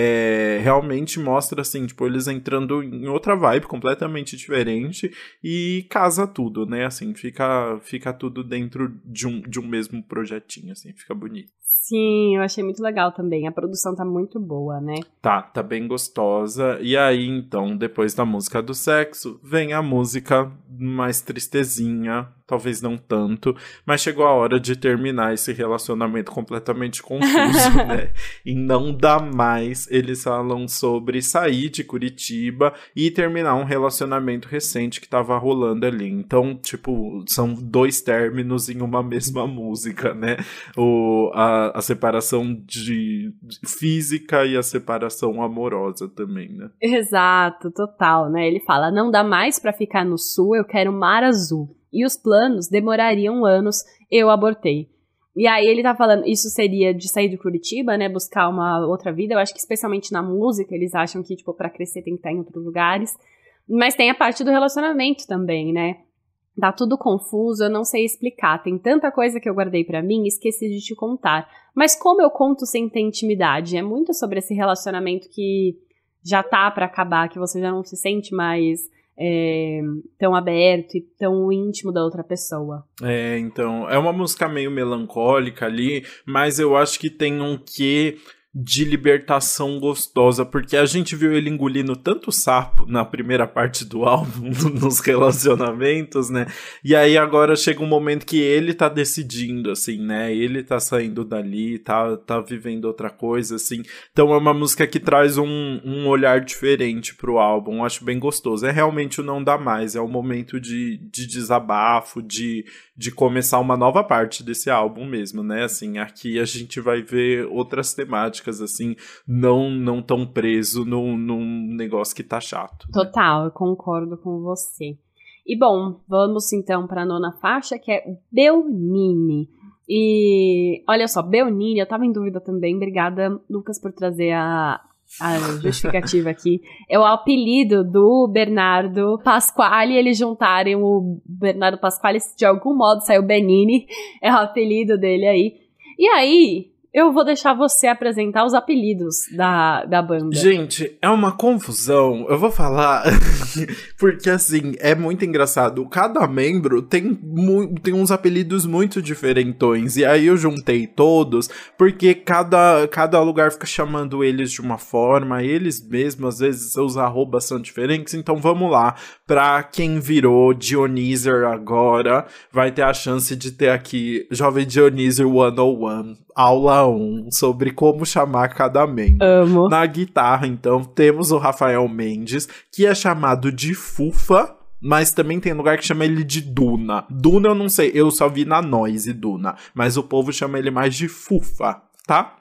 é, realmente mostra, assim, tipo, eles entrando em outra vibe completamente diferente e casa tudo, né, assim, fica, fica tudo dentro de um, de um mesmo projetinho, assim, fica bonito. Sim, eu achei muito legal também. A produção tá muito boa, né? Tá, tá bem gostosa. E aí, então, depois da música do sexo, vem a música mais tristezinha, talvez não tanto, mas chegou a hora de terminar esse relacionamento completamente confuso, né? E não dá mais. Eles falam sobre sair de Curitiba e terminar um relacionamento recente que tava rolando ali. Então, tipo, são dois términos em uma mesma música, né? O, a, a separação de, de física e a separação amorosa também, né? Exato, total, né? Ele fala, não dá mais pra ficar no sul, eu quero mar azul. E os planos demorariam anos, eu abortei. E aí ele tá falando, isso seria de sair de Curitiba, né, buscar uma outra vida. Eu acho que especialmente na música, eles acham que, tipo, pra crescer tem que estar em outros lugares. Mas tem a parte do relacionamento também, né? Tá tudo confuso, eu não sei explicar. Tem tanta coisa que eu guardei pra mim e esqueci de te contar. Mas como eu conto sem ter intimidade? É muito sobre esse relacionamento que já tá pra acabar, que você já não se sente mais é, tão aberto e tão íntimo da outra pessoa. É, então, é uma música meio melancólica ali, mas eu acho que tem um quê de libertação gostosa, porque a gente viu ele engolindo tanto sapo na primeira parte do álbum, nos relacionamentos, né? E aí agora chega um momento que ele tá decidindo, assim, né? Ele tá saindo dali, tá, tá vivendo outra coisa, assim. Então é uma música que traz um, um olhar diferente pro álbum, acho bem gostoso. É realmente o Não Dá Mais, é o momento de, de desabafo, de, de começar uma nova parte desse álbum mesmo, né? Assim, aqui a gente vai ver outras temáticas, assim, não, não tão preso num, num negócio que tá chato. Total, né? Eu concordo com você. E bom, vamos então pra nona faixa, que é Belnini. E olha só, Belnini, eu tava em dúvida também, obrigada, Lucas, por trazer a, a justificativa aqui. É o apelido do Bernardo Pasquale, eles juntarem o Bernardo Pasquale, de algum modo saiu Benini, é o apelido dele aí. E aí, eu vou deixar você apresentar os apelidos da, da banda. Gente, é uma confusão. Eu vou falar porque, assim, é muito engraçado. Cada membro tem, mu- tem uns apelidos muito diferentões. E aí eu juntei todos porque cada, cada lugar fica chamando eles de uma forma. Eles mesmos, às vezes, seus arrobas são diferentes. Então vamos lá. Pra quem virou Dionyser agora, vai ter a chance de ter aqui Jovem Dionyser cento e um. Aula um, sobre como chamar cada membro. Amo. Na guitarra, então, temos o Rafael Mendes, que é chamado de Fufa, mas também tem lugar que chama ele de Duna. Duna eu não sei, eu só vi na Noise Duna, mas o povo chama ele mais de Fufa, tá?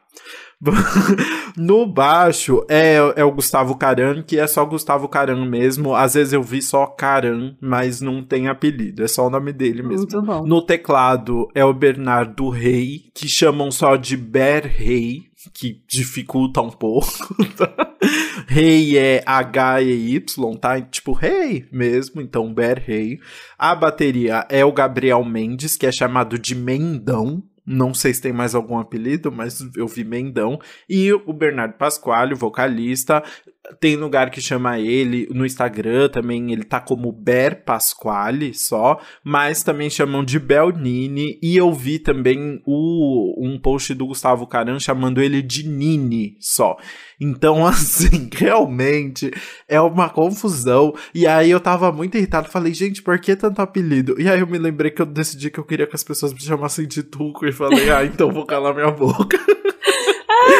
No baixo é, é o Gustavo Caran, que é só Gustavo Caran mesmo. Às vezes eu vi só Caran, mas não tem apelido, é só o nome dele mesmo. Muito bom. No teclado é o Bernardo Rey, que chamam só de Ber Rey, que dificulta um pouco, tá? Rei é H E Y, tá? Tipo, Rei mesmo, então Ber Rey. A bateria é o Gabriel Mendes, que é chamado de Mendão. Não sei se tem mais algum apelido, mas eu vi Mendão. E o Bernardo Pasquale, o vocalista, tem lugar que chama ele, no Instagram também, ele tá como Ber Pasquale só, mas também chamam de Belnini. E eu vi também o, um post do Gustavo Caran chamando ele de Nini só. Então, assim, realmente é uma confusão. E aí eu tava muito irritado, falei, gente, por que tanto apelido? E aí eu me lembrei que eu decidi que eu queria que as pessoas me chamassem de Tuco e falei, ah, então vou calar minha boca.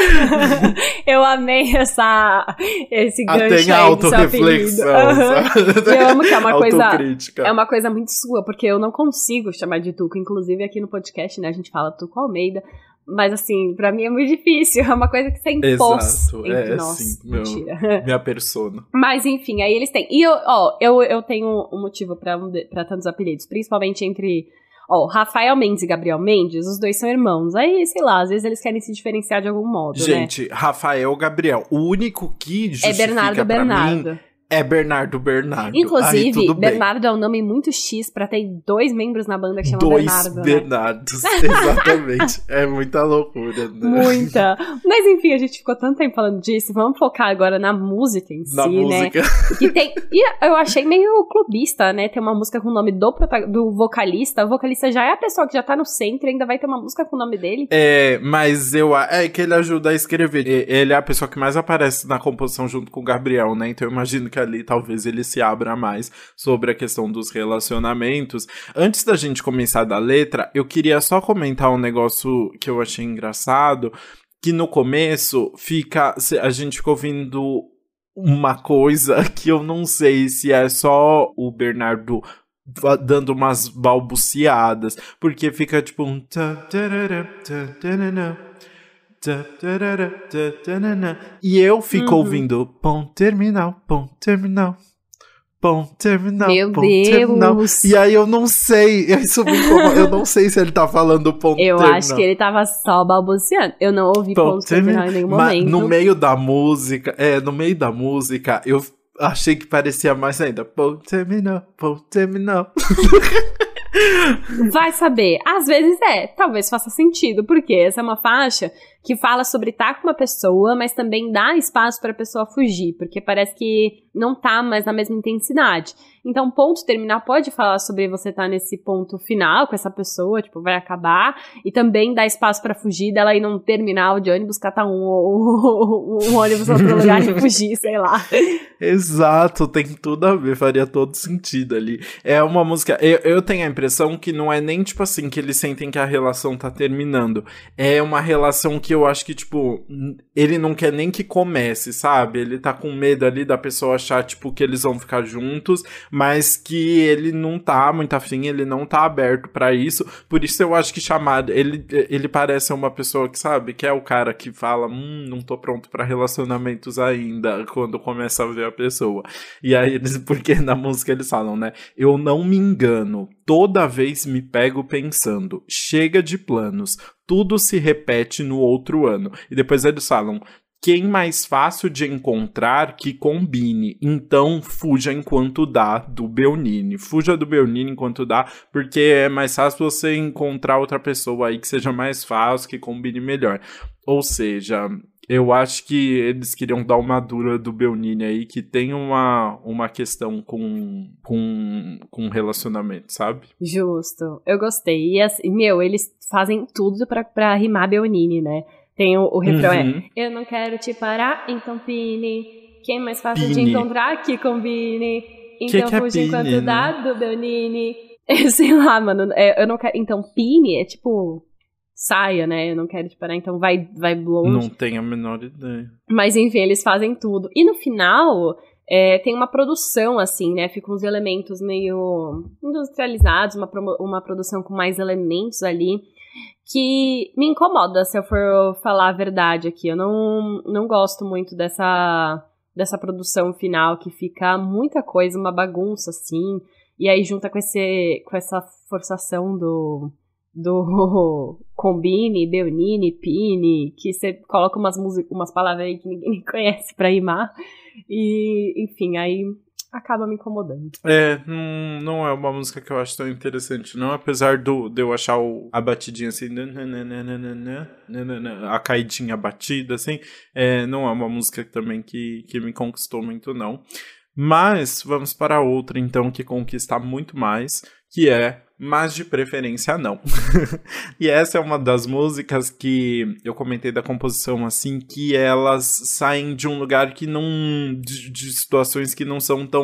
Eu amei essa, esse Ah, gancho tem a aí do seu autorreflexão, apelido. sabe? Eu amo que é uma coisa, Autocrítica. é uma coisa muito sua, porque eu não consigo chamar de Tuco. Inclusive aqui no podcast, né, a gente fala Tuco Almeida. Mas assim, pra mim é muito difícil. É uma coisa que você impôs Exato, entre é, nós. sim, meu- Mentira. Minha persona. Mas enfim, aí eles têm. E eu, ó, eu, eu tenho um motivo pra, um de- pra tantos apelidos, principalmente entre. Ó, Rafael Mendes e Gabriel Mendes, os dois são irmãos. Aí, sei lá, às vezes eles querem se diferenciar de algum modo, né? Gente, Rafael Gabriel. O único que É justifica Bernardo pra Bernardo. mim é Bernardo Bernardo. Aí, Inclusive, tudo bem. Bernardo é um nome muito X pra ter dois membros na banda que chamam Dois Bernardo, né? Bernardos, exatamente. É muita loucura, né? Muita. Mas enfim, a gente ficou tanto tempo falando disso. Vamos focar agora na música em Na si, música. né? Que tem. E eu achei meio clubista, né? Tem uma música com o nome do, prota- do vocalista. O vocalista já é a pessoa que já tá no centro, ainda vai ter uma música com o nome dele. É, mas eu a- é que ele ajuda a escrever. E- Ele é a pessoa que mais aparece na composição junto com o Gabriel, né? Então eu imagino que ali talvez ele se abra mais sobre a questão dos relacionamentos. Antes da gente começar da letra, eu queria só comentar um negócio que eu achei engraçado, que no começo fica se- a gente fica ouvindo uma coisa que eu não sei se é só o Bernardo va- dando umas balbuciadas, porque fica tipo um tá, tarará, tá, tarará, tá, tarará, tá, tarará. E eu fico Uhum. ouvindo ponto terminal, ponto terminal, ponto terminal, Meu ponto terminal. Deus. E aí eu não sei, isso me incomoda, eu não sei se ele tá falando ponto Eu terminal. acho que ele tava só balbuciando. Eu não ouvi Ponto ponto terminal em nenhum Mas momento. no meio da música, é, no meio da música, eu achei que parecia mais ainda. Ponto terminal, ponto terminal. Vai saber. Às vezes é, talvez faça sentido, porque essa é uma faixa que fala sobre estar com uma pessoa, mas também dá espaço para a pessoa fugir, porque parece que não tá mais na mesma intensidade. Então, ponto terminal pode falar sobre você estar nesse ponto final com essa pessoa, tipo, vai acabar, e também dá espaço para fugir dela ir num terminal de ônibus, catar um, um, um ônibus em outro lugar e fugir, sei lá. Exato, tem tudo a ver, faria todo sentido ali. É uma música, eu, eu tenho a impressão que não é nem tipo assim, que eles sentem que a relação tá terminando. É uma relação que eu acho que, tipo, ele não quer nem que comece, sabe? Ele tá com medo ali da pessoa achar, tipo, que eles vão ficar juntos, mas que ele não tá muito afim, ele não tá aberto pra isso. Por isso eu acho que chamar, ele, ele parece uma pessoa que, sabe, que é o cara que fala, hum, não tô pronto pra relacionamentos ainda, quando começa a ver a pessoa. E aí eles, porque na música eles falam, né, eu não me engano, toda vez me pego pensando, chega de planos, tudo se repete no outro ano. E depois eles falam, quem mais fácil de encontrar que combine, então fuja enquanto dá do Belnini. Fuja do Belnini enquanto dá, porque é mais fácil você encontrar outra pessoa aí que seja mais fácil, que combine melhor. Ou seja, eu acho que eles queriam dar uma dura do Belnini aí, que tem uma, uma questão com, com, com relacionamento, sabe? Justo. Eu gostei. E assim, meu, eles fazem tudo pra, pra rimar Belnini, né? Tem o, o refrão Uhum. é, eu não quero te parar, então pine. Quem mais fácil de Pine. encontrar que combine. Que Então que é fuja enquanto pine, dá do Belnini. Sei lá, mano. é, eu não quero. Então, pine é tipo saia, né? Eu não quero te parar, então vai, vai longe. Não tenho a menor ideia. Mas enfim, eles fazem tudo. E no final, é, tem uma produção, assim, né? Ficam uns elementos meio industrializados, uma, promo- uma produção com mais elementos ali, que me incomoda, se eu for falar a verdade aqui. Eu não, não gosto muito dessa, dessa produção final, que fica muita coisa, uma bagunça, assim. E aí junta com, esse, com essa forçação do... do Combine, Belnini, Pini, que você coloca umas, music- umas palavras aí que ninguém conhece pra rimar, e enfim, aí acaba me incomodando. É, não, não é uma música que eu acho tão interessante, não, apesar do, de eu achar o, a batidinha assim, nananana, nanana, a caidinha batida, assim, é, não é uma música também que, que me conquistou muito, não. Mas vamos para outra, então, que conquista muito mais, que é Mas de Preferência Não. E essa é uma das músicas que eu comentei da composição, assim, que elas saem de um lugar que não... de, de situações que não são tão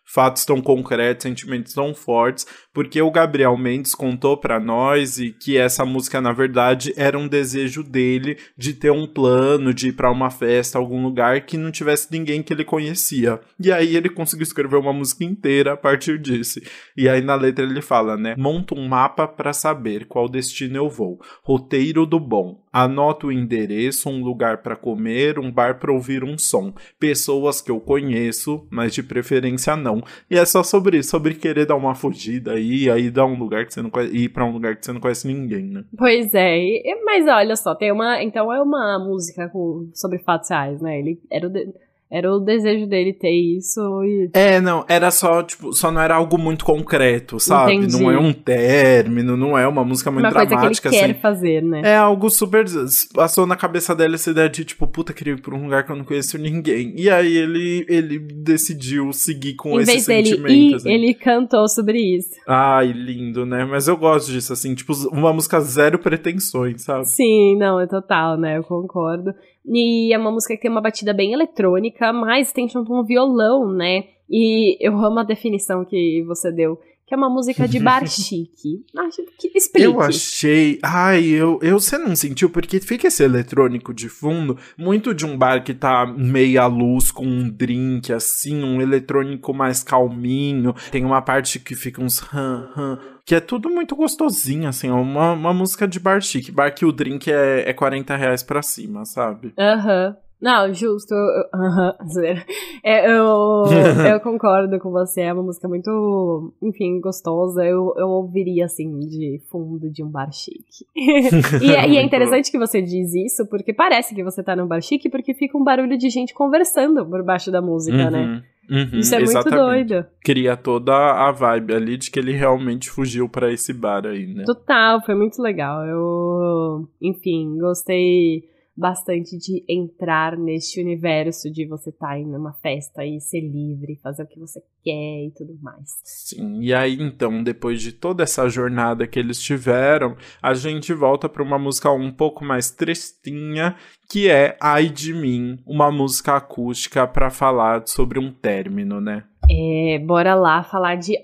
fatos tão concretos, sentimentos tão fortes, porque o Gabriel Mendes contou pra nós e que essa música, na verdade, era um desejo dele de ter um plano, de ir pra uma festa, algum lugar que não tivesse ninguém que ele conhecia. E aí ele conseguiu escrever uma música inteira a partir disso. E aí na letra ele fala, né? Monto um mapa pra saber qual destino eu vou. Roteiro do bom. Anoto o endereço, um lugar pra comer, um bar pra ouvir um som. Pessoas que eu conheço, mas de preferência não. E é só sobre isso, sobre querer dar uma fugida aí, aí dar um lugar que você não conhece, ir pra um lugar que você não conhece ninguém, né? Pois é, e, mas olha só, tem uma, então é uma música com, sobre fatos reais, né? Ele era o, de, era o desejo dele ter isso e... É, não, era só, tipo, só não era algo muito concreto, sabe? Entendi. Não é um término, não é uma música muito uma coisa dramática, que ele assim. quer fazer, né? É algo super... Passou na cabeça dela essa ideia de, tipo, puta, queria ir pra um lugar que eu não conheço ninguém. E aí ele, ele decidiu seguir com em esse vez dele sentimento, ir, assim. ele cantou sobre isso. Ai, lindo, né? Mas eu gosto disso, assim, tipo, uma música zero pretensões, sabe? Sim, não, é total, né? Eu concordo. E é uma música que tem uma batida bem eletrônica, mas tem junto um violão, né? E eu amo a definição que você deu, que é uma música de bar chique. Acho que explique. Eu achei... Ai, eu, eu, você não sentiu? Porque fica esse eletrônico de fundo, muito de um bar que tá meia luz, com um drink, assim, um eletrônico mais calminho. Tem uma parte que fica uns ram, ram, que é tudo muito gostosinho, assim, é uma, uma música de bar chique. Bar que o drink é, é quarenta reais pra cima, sabe? Aham. Uhum. Não, justo. Aham, uh-huh, zoeira. É, eu, eu concordo com você. É uma música muito, enfim, gostosa. Eu, eu ouviria, assim, de fundo de um bar chique. e, é, e é interessante que você diz isso, porque parece que você tá num bar chique, porque fica um barulho de gente conversando por baixo da música, uhum. né? Uhum, isso é exatamente. muito doido. Cria toda a vibe ali de que ele realmente fugiu pra esse bar aí, né? Total, foi muito legal. Eu, enfim, gostei bastante de entrar neste universo de você estar indo numa festa e ser livre, fazer o que você quer e tudo mais. Sim, e aí então, depois de toda essa jornada que eles tiveram, a gente volta para uma música um pouco mais tristinha, que é Ai de Mim, uma música acústica para falar sobre um término, né? É, bora lá falar de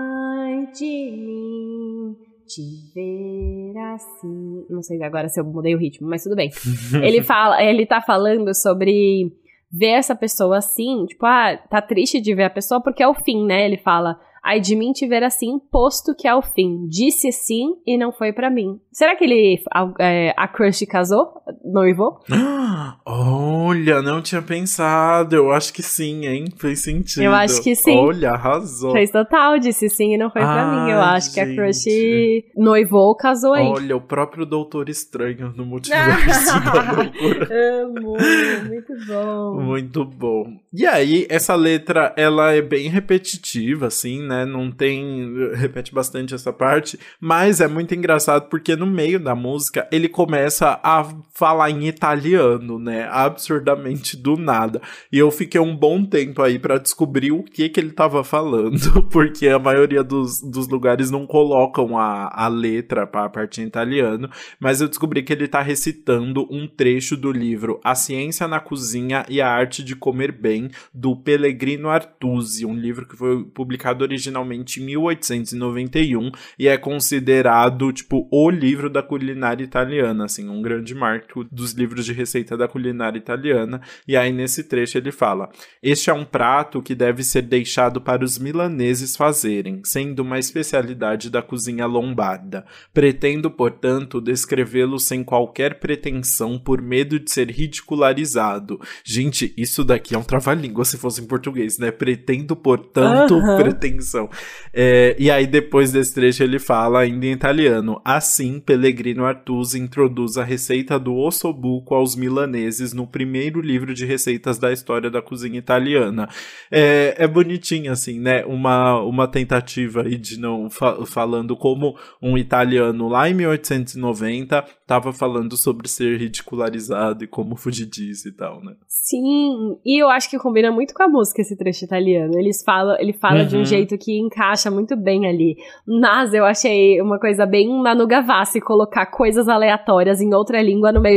Ai de Mim, te ver assim... Não sei agora se eu mudei o ritmo, mas tudo bem. ele, fala, ele tá falando sobre ver essa pessoa assim, tipo, ah, tá triste de ver a pessoa porque é o fim, né? Ele fala, ai de mim te ver assim, posto que é o fim. Disse sim e não foi pra mim. Será que ele, a, é, a crush casou? Noivou? Olha, não tinha pensado. Eu acho que sim, hein? Fez sentido. Eu acho que sim. Olha, arrasou. Fez total, disse sim e não foi pra ai, mim. Eu acho gente. que a crush noivou ou casou aí. Olha, o próprio Doutor Estranho no Multiverso da Loucura. Amo, muito bom. Muito bom. E aí, essa letra, ela é bem repetitiva, assim, né? Não tem... Repete bastante essa parte, mas é muito engraçado porque no meio da música, ele começa a falar em italiano, né? Absurdamente do nada. E eu fiquei um bom tempo aí pra descobrir o que que ele tava falando, porque a maioria dos, dos lugares não colocam a, a letra pra parte em italiano, mas eu descobri que ele tá recitando um trecho do livro A Ciência na Cozinha e a Arte de Comer Bem, do Pellegrino Artusi, um livro que foi publicado originalmente em mil oitocentos e noventa e um e é considerado, tipo, o livro da culinária italiana, assim, um grande marco dos livros de receita da culinária italiana. E aí nesse trecho ele fala: este é um prato que deve ser deixado para os milaneses fazerem, sendo uma especialidade da cozinha lombarda. Pretendo, portanto, descrevê-lo sem qualquer pretensão por medo de ser ridicularizado. Gente, isso daqui é um trava-língua se fosse em português, né? Pretendo, portanto, uhum. pretensão. É, e aí depois desse trecho ele fala ainda em italiano: assim, Pellegrino Artusi introduz a receita do ossobuco aos milaneses no primeiro livro de receitas da história da cozinha italiana. É, é bonitinho, assim, né? Uma, uma tentativa aí de não... Fa- falando como um italiano lá em mil oitocentos e noventa tava falando sobre ser ridicularizado e como fugir disso e tal, né? Sim, e eu acho que combina muito com a música esse trecho italiano. Eles falam, ele fala uhum. de um jeito que encaixa muito bem ali. Mas eu achei uma coisa bem Manu Gavassi colocar coisas aleatórias em outra língua no meio de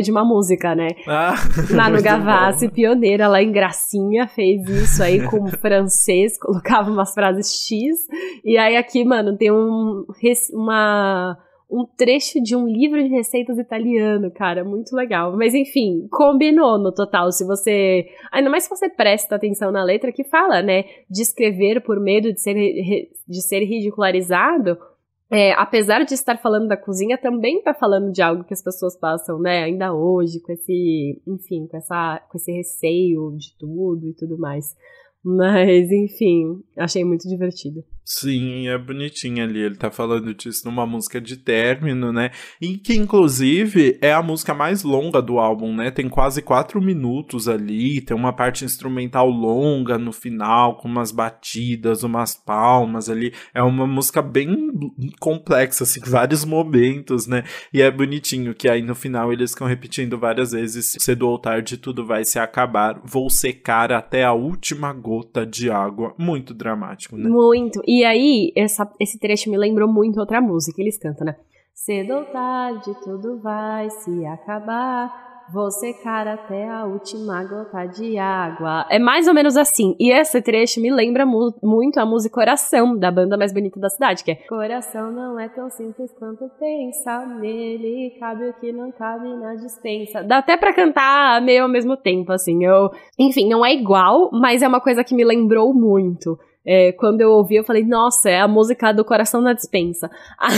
de uma música, né? Ah, Manu Gavassi, pioneira lá em Gracinha, fez isso aí com francês, colocava umas frases X, e aí aqui, mano, tem um, uma, um trecho de um livro de receitas italiano, cara, muito legal. Mas enfim, combinou no total, se você... Ainda mais se você presta atenção na letra que fala, né, de escrever por medo de ser, de ser ridicularizado. É, apesar de estar falando da cozinha, também tá falando de algo que as pessoas passam, né, ainda hoje, com esse, enfim, com, essa, com esse receio de tudo e tudo mais. Mas, enfim, achei muito divertido. Sim, é bonitinho ali, ele tá falando disso numa música de término, né, e que inclusive é a música mais longa do álbum, né, tem quase quatro minutos ali, tem uma parte instrumental longa no final, com umas batidas, umas palmas ali, é uma música bem complexa, assim, vários momentos, né, e é bonitinho que aí no final eles ficam repetindo várias vezes, cedo ou tarde tudo vai se acabar, vou secar até a última gota de água, muito dramático, né. Muito, e aí, essa, esse trecho me lembrou muito outra música, eles cantam, né? Cedo ou tarde tudo vai se acabar, vou secar até a última gota de água. É mais ou menos assim, e esse trecho me lembra mu- muito a música Coração, da banda mais bonita da cidade, que é Coração não é tão simples quanto pensa, nele cabe o que não cabe na dispensa. Dá até pra cantar meio ao mesmo tempo, assim, eu... Enfim, não é igual, mas é uma coisa que me lembrou muito. É, quando eu ouvi, eu falei, nossa, é a música do Coração na Dispensa.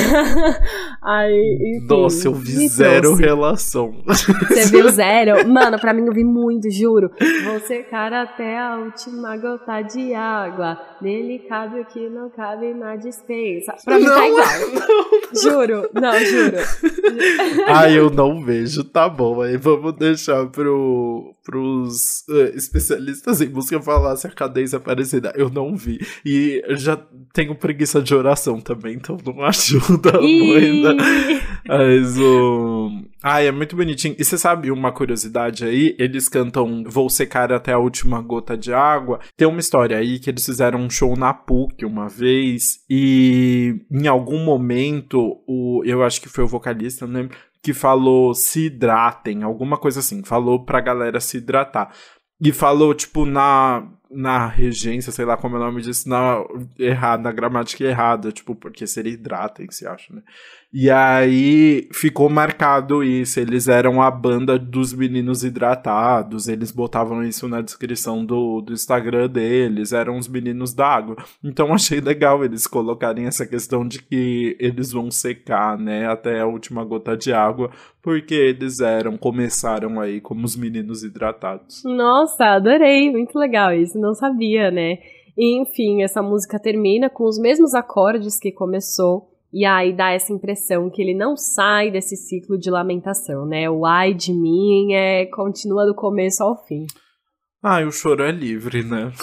Aí, enfim, nossa, eu vi zero trouxe. Relação. Você viu zero? Mano, pra mim eu vi muito, juro. Vou secar até a última gota de água, nele cabe o que não cabe na dispensa. Pra mim não, tá igual. Não. Juro, não, juro. Ai, eu não vejo, tá bom. Aí vamos deixar pro, pros uh, especialistas em música falar se a cadência é parecida. Eu não vi. E eu já tenho preguiça de oração também, então não ajuda muito. Mas o... Ai, é muito bonitinho. E você sabe uma curiosidade aí? Eles cantam Vou Secar Até a Última Gota de Água. Tem uma história aí que eles fizeram um show na P U C uma vez e em algum momento, o, eu acho que foi o vocalista, não lembro, que falou se hidratem, alguma coisa assim. Falou pra galera se hidratar. E falou, tipo, na... na regência, sei lá como é o nome disso, na, errado, na gramática errada, tipo, porque seria hidratem, se acha, né? E aí ficou marcado isso, eles eram a banda dos meninos hidratados, eles botavam isso na descrição do, do Instagram deles, eram os meninos d'água. Então achei legal eles colocarem essa questão de que eles vão secar, né, até a última gota de água, porque eles eram, começaram aí como os meninos hidratados. Nossa, adorei, muito legal isso, não sabia, né? E, enfim, essa música termina com os mesmos acordes que começou, e aí dá essa impressão que ele não sai desse ciclo de lamentação, né? O ai de mim é, continua do começo ao fim. Ah, e o choro é livre, né?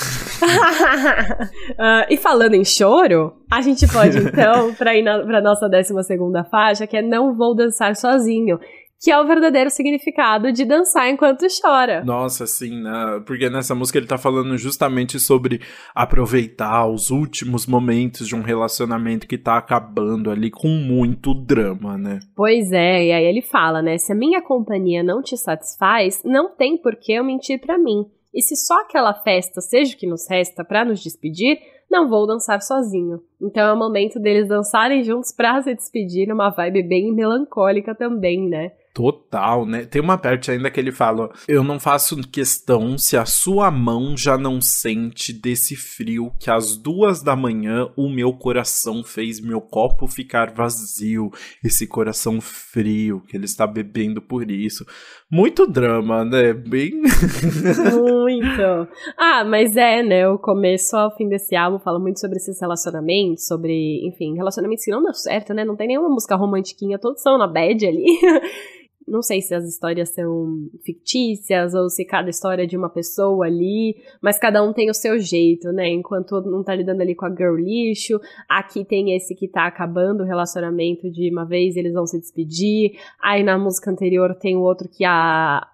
uh, e falando em choro, a gente pode então, pra ir na, pra nossa décima segunda faixa, que é Não Vou Dançar Sozinho, que é o verdadeiro significado de dançar enquanto chora. Nossa, sim, né? Porque nessa música ele tá falando justamente sobre aproveitar os últimos momentos de um relacionamento que tá acabando ali com muito drama, né? Pois é, e aí ele fala, né? Se a minha companhia não te satisfaz, não tem por que eu mentir pra mim. E se só aquela festa seja o que nos resta pra nos despedir, não vou dançar sozinho. Então é o momento deles dançarem juntos pra se despedir, numa vibe bem melancólica também, né? Total, né? Tem uma parte ainda que ele fala: eu não faço questão se a sua mão já não sente desse frio que às duas da manhã o meu coração fez meu copo ficar vazio. Esse coração frio que ele está bebendo por isso. Muito drama, né? Bem... Muito. Ah, mas é, né? O começo ao fim desse álbum fala muito sobre esses relacionamentos, sobre, enfim, relacionamentos que não deu certo, né? Não tem nenhuma música romantiquinha, todos são na bad ali. Não sei se as histórias são fictícias ou se cada história é de uma pessoa ali, mas cada um tem o seu jeito, né? Enquanto um tá lidando ali com a girl lixo, aqui tem esse que tá acabando o relacionamento de uma vez, eles vão se despedir. Aí na música anterior tem o outro que a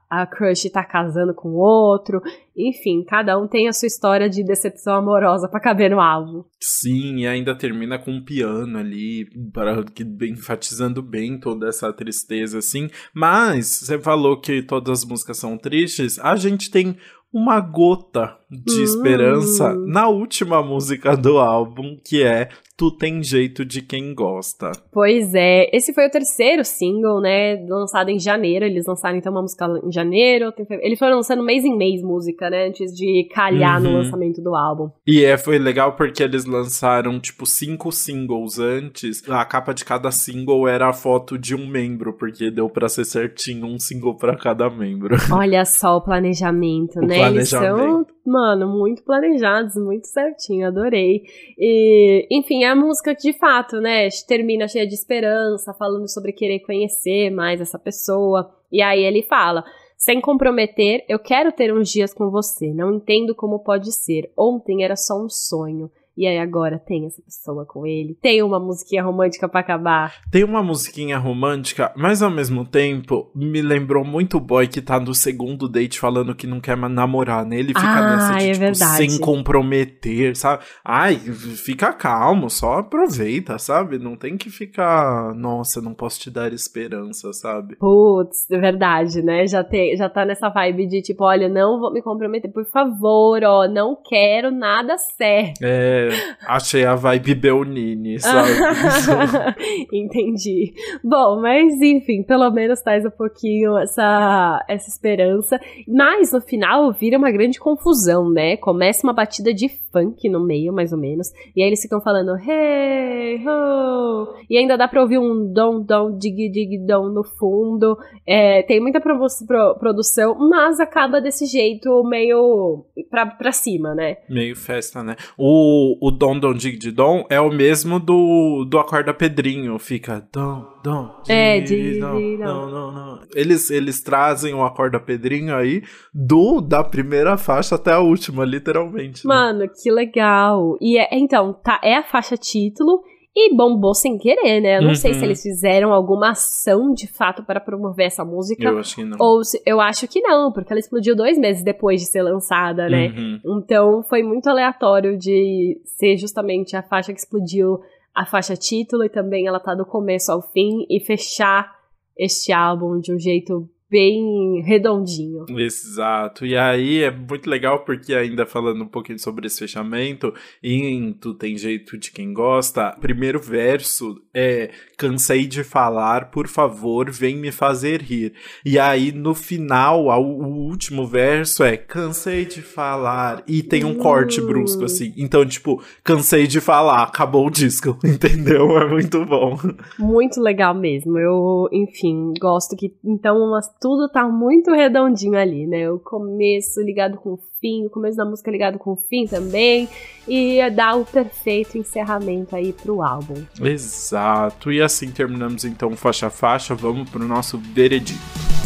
a crush tá casando com outro. Enfim, cada um tem a sua história de decepção amorosa pra caber no álbum. Sim, e ainda termina com um piano ali, para, que, bem, enfatizando bem toda essa tristeza, assim. Mas, você falou que todas as músicas são tristes, a gente tem uma gota de esperança hum. na última música do álbum, que é Tu Tem Jeito de Quem Gosta. Pois é, esse foi o terceiro single, né, lançado em janeiro. Eles lançaram então uma música em janeiro, eles foram lançando mês em mês música, né, antes de calhar uhum. no lançamento do álbum. E é, foi legal porque eles lançaram, tipo, cinco singles antes. A capa de cada single era a foto de um membro, porque deu pra ser certinho um single pra cada membro. Olha só o planejamento, o né, planejamento. Eles são, mano, muito planejados, muito certinho, adorei. E, enfim, é a música que, de fato, né, termina cheia de esperança, falando sobre querer conhecer mais essa pessoa. E aí ele fala: sem comprometer, eu quero ter uns dias com você, não entendo como pode ser, ontem era só um sonho. E aí agora tem essa pessoa com ele, tem uma musiquinha romântica pra acabar. Tem uma musiquinha romântica, mas ao mesmo tempo me lembrou muito o boy que tá no segundo date falando que não quer mais namorar, né? Ele fica ah, nessa de, é tipo, verdade. sem comprometer, sabe? Ai, fica calmo, só aproveita, sabe? Não tem que ficar, nossa, não posso te dar esperança, sabe? Putz, é verdade, né? Já, te, já tá nessa vibe de tipo, olha, não vou me comprometer, por favor, ó, não quero nada certo. É, achei a vibe Belnini, sabe? Entendi. Bom, mas enfim, pelo menos traz um pouquinho essa, essa esperança. Mas no final vira uma grande confusão, né? Começa uma batida de funk no meio, mais ou menos. E aí eles ficam falando hey, ho! E ainda dá pra ouvir um dom, dom, dig, dig, dom no fundo. É, tem muita pro, pro, produção, mas acaba desse jeito meio pra, pra cima, né? Meio festa, né? O O Dom Dom Dig de Dom é o mesmo do, do Acorda Pedrinho. Fica Dom, Dom, Dig, é, dig, dom, dig, dom, dom, dom. Eles, eles trazem o Acorda Pedrinho aí do, da primeira faixa até a última, literalmente. Mano, né? Que legal. E é, então, tá, é a faixa título e bombou sem querer, né? Eu não uhum. sei se eles fizeram alguma ação de fato para promover essa música. Eu acho que não. Ou se, eu acho que não, porque ela explodiu dois meses depois de ser lançada, né? Uhum. Então foi muito aleatório de ser justamente a faixa que explodiu, a faixa título, e também ela tá do começo ao fim, e fechar este álbum de um jeito bem redondinho. Exato. E aí é muito legal porque, ainda falando um pouquinho sobre esse fechamento, em Tu Tem Jeito de Quem Gosta, primeiro verso é: cansei de falar, por favor, vem me fazer rir. E aí no final, o último verso é: cansei de falar, e tem um uh. corte brusco assim. Então, tipo, cansei de falar, acabou o disco, entendeu? É muito bom. Muito legal mesmo. Eu, enfim, gosto que então umas tudo tá muito redondinho ali, né? O começo ligado com o fim, o começo da música ligado com o fim também, e dá o perfeito encerramento aí pro álbum. Exato. E assim terminamos então faixa a faixa, vamos pro nosso veredito.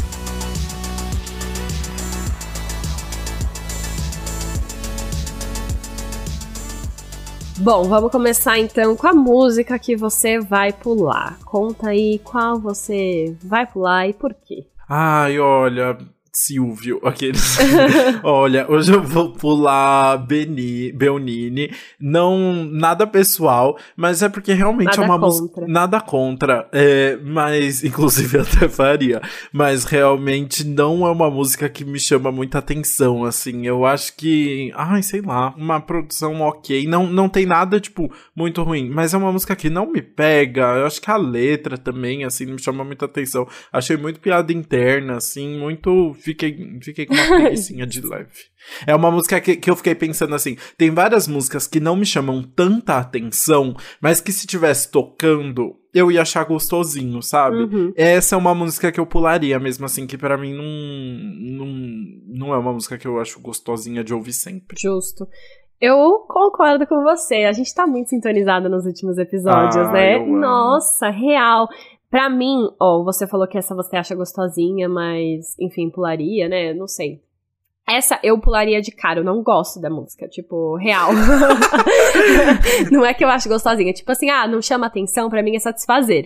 Bom, vamos começar então com a música que você vai pular. Conta aí qual você vai pular e por quê. Ai, olha, Silvio, aqueles... Olha, hoje eu vou pular Beni, Belnini, não, nada pessoal, mas é porque realmente nada é uma música... Nada contra, é, mas, inclusive até faria, mas realmente não é uma música que me chama muita atenção, assim, eu acho que, ai, sei lá, uma produção ok, não, não tem nada, tipo, muito ruim, mas é uma música que não me pega, eu acho que a letra também, assim, não me chama muita atenção, achei muito piada interna, assim, muito... Fiquei, fiquei com uma preguicinha de leve. É uma música que, que eu fiquei pensando assim, tem várias músicas que não me chamam tanta atenção, mas que se tivesse tocando, eu ia achar gostosinho, sabe? Uhum. Essa é uma música que eu pularia mesmo, assim, que pra mim não, não, não é uma música que eu acho gostosinha de ouvir sempre. Justo. Eu concordo com você, a gente tá muito sintonizado nos últimos episódios, ah, né? Eu amo. Nossa, real. Pra mim, ó, você falou que essa você acha gostosinha, mas, enfim, pularia, né? Não sei. Essa eu pularia de cara, eu não gosto da música, tipo, real. Não é que eu acho gostosinha, tipo assim, ah, não chama atenção, pra mim é satisfazer.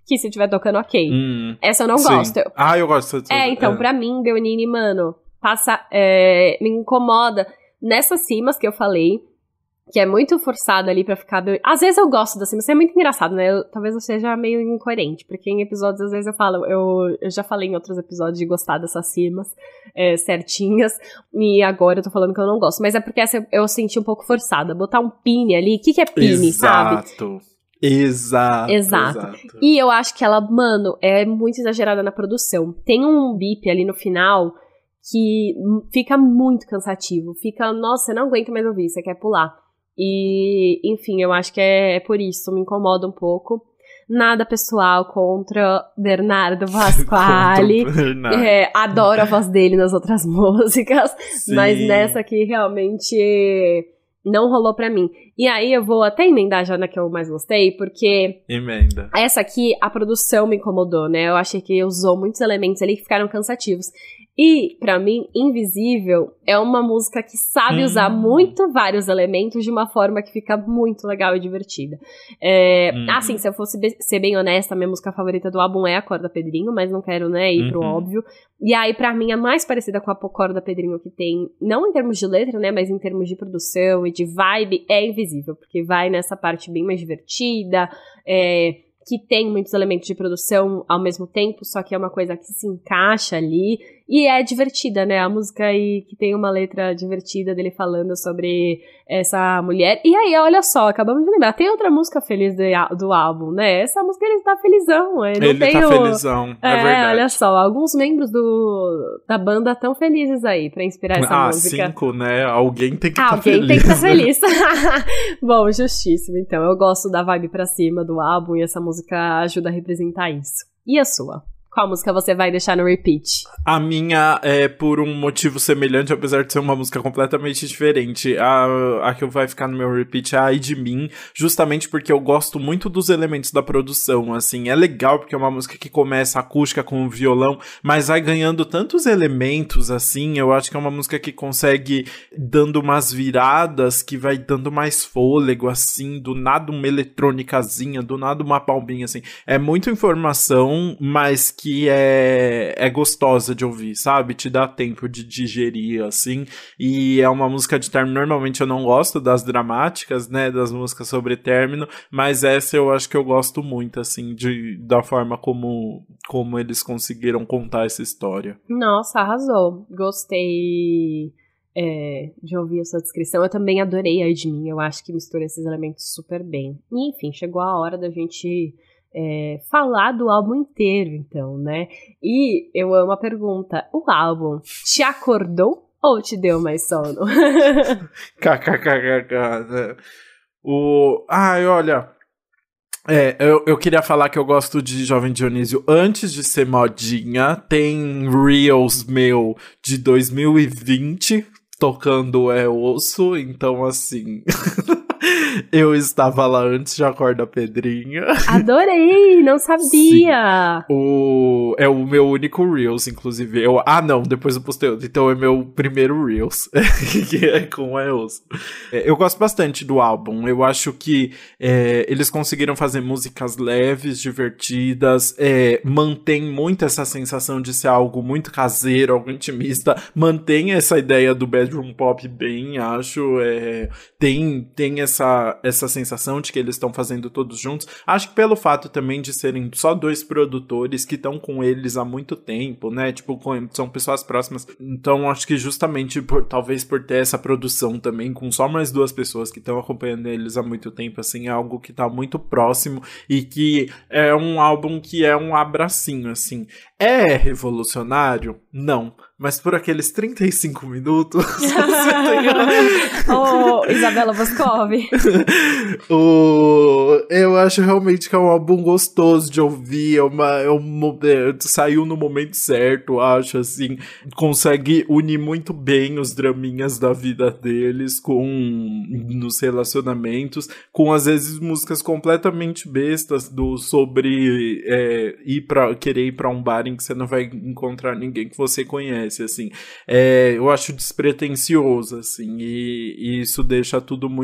que se tiver tocando, ok. Hum, Essa eu não sim. gosto. Ah, eu gosto. De... É, então, é. pra mim, Leonine, mano, passa, é, me incomoda nessas cimas que eu falei, que é muito forçado ali pra ficar... Às vezes eu gosto das cimas, é muito engraçado, né? Eu, talvez eu seja meio incoerente, porque em episódios, às vezes eu falo... Eu, eu já falei em outros episódios de gostar dessas cimas é, certinhas, e agora eu tô falando que eu não gosto. Mas é porque essa eu, eu senti um pouco forçada. Botar um pine ali, o que que é pine, Exato. sabe? Exato, exato. Exato. E eu acho que ela, mano, é muito exagerada na produção. Tem um bip ali no final que fica muito cansativo. Fica, nossa, eu não aguento mais ouvir, você quer pular. E, enfim, eu acho que é, é por isso, me incomoda um pouco. Nada pessoal contra Bernardo Pasquale. Contra Bernardo. É, adoro a voz dele nas outras músicas, Sim. mas nessa aqui realmente não rolou pra mim. E aí eu vou até emendar já na que eu mais gostei, porque... Emenda. Essa aqui, a produção me incomodou, né? Eu achei que usou muitos elementos ali que ficaram cansativos. E, pra mim, Invisível é uma música que sabe hum. usar muito vários elementos de uma forma que fica muito legal e divertida. É, hum. Assim, se eu fosse be- ser bem honesta, a minha música favorita do álbum é a Corda Pedrinho, mas não quero, né, ir uhum. pro óbvio. E aí, pra mim, a mais parecida com a Corda Pedrinho que tem, não em termos de letra, né, mas em termos de produção e de vibe, é Invisível, porque vai nessa parte bem mais divertida, é... que tem muitos elementos de produção ao mesmo tempo, só que é uma coisa que se encaixa ali, e é divertida, né, a música aí que tem uma letra divertida dele falando sobre essa mulher, e aí, olha só, acabamos de lembrar, tem outra música feliz do, do álbum, né, essa música ele tá felizão, ele, ele não tem tá o... felizão, é, é verdade. Olha só, alguns membros do, da banda tão felizes aí pra inspirar essa ah, música. Ah, cinco, né, alguém tem que ah, tá feliz. Alguém tem que estar tá feliz. Bom, justíssimo, então, eu gosto da vibe pra cima do álbum, e essa música ajuda a representar isso. E a sua? Qual música você vai deixar no repeat? A minha é por um motivo semelhante, apesar de ser uma música completamente diferente. A, a que vai ficar no meu repeat é a Ai de Mim, justamente porque eu gosto muito dos elementos da produção, assim. É legal porque é uma música que começa acústica com o violão, mas vai ganhando tantos elementos, assim. Eu acho que é uma música que consegue dando umas viradas, que vai dando mais fôlego, assim. Do nada uma eletrônicazinha, do nada uma palminha, assim. É muita informação, mas que que é, é gostosa de ouvir, sabe? Te dá tempo de digerir, assim. E é uma música de término. Normalmente eu não gosto das dramáticas, né? Das músicas sobre término. Mas essa eu acho que eu gosto muito, assim, de, da forma como, como eles conseguiram contar essa história. Nossa, arrasou. Gostei é, de ouvir essa descrição. Eu também adorei a de Mim. Eu acho que mistura esses elementos super bem. E, enfim, chegou a hora da gente... É, falar do álbum inteiro, então, né? E eu amo a pergunta: o álbum te acordou ou te deu mais sono? Kkkk, né? O... Ai, olha... É, eu, eu queria falar que eu gosto de Jovem Dionísio antes de ser modinha. Tem Reels meu de dois mil e vinte tocando É Osso, então assim... Eu estava lá antes de Acorda Pedrinha. Adorei, não sabia. O, é o meu único Reels, inclusive. Eu, ah, não, depois eu postei outro. Então é meu primeiro Reels, que é com É Osso. É, eu gosto bastante do álbum. Eu acho que é, eles conseguiram fazer músicas leves, divertidas. É, mantém muito essa sensação de ser algo muito caseiro, algo intimista. Mantém essa ideia do bedroom pop bem, acho. É, tem, tem essa, essa sensação de que eles estão fazendo todos juntos. Acho que pelo fato também de serem só dois produtores que estão com eles há muito tempo, né? Tipo, são pessoas próximas. Então, acho que justamente por, talvez por ter essa produção também com só mais duas pessoas que estão acompanhando eles há muito tempo, assim, é algo que tá muito próximo e que é um álbum que é um abracinho, assim. É revolucionário? Não. Mas por aqueles trinta e cinco minutos... Ô, oh, Isabela Boscov. o... Eu acho realmente que é um álbum gostoso de ouvir. É uma, é um, é, saiu no momento certo, acho, assim. Consegue unir muito bem os draminhas da vida deles com nos relacionamentos, com às vezes músicas completamente bestas do, sobre é, ir pra, querer ir pra um bar em que você não vai encontrar ninguém que você conhece, assim. É, eu acho despretensioso, assim, e, e isso deixa tudo muito leve.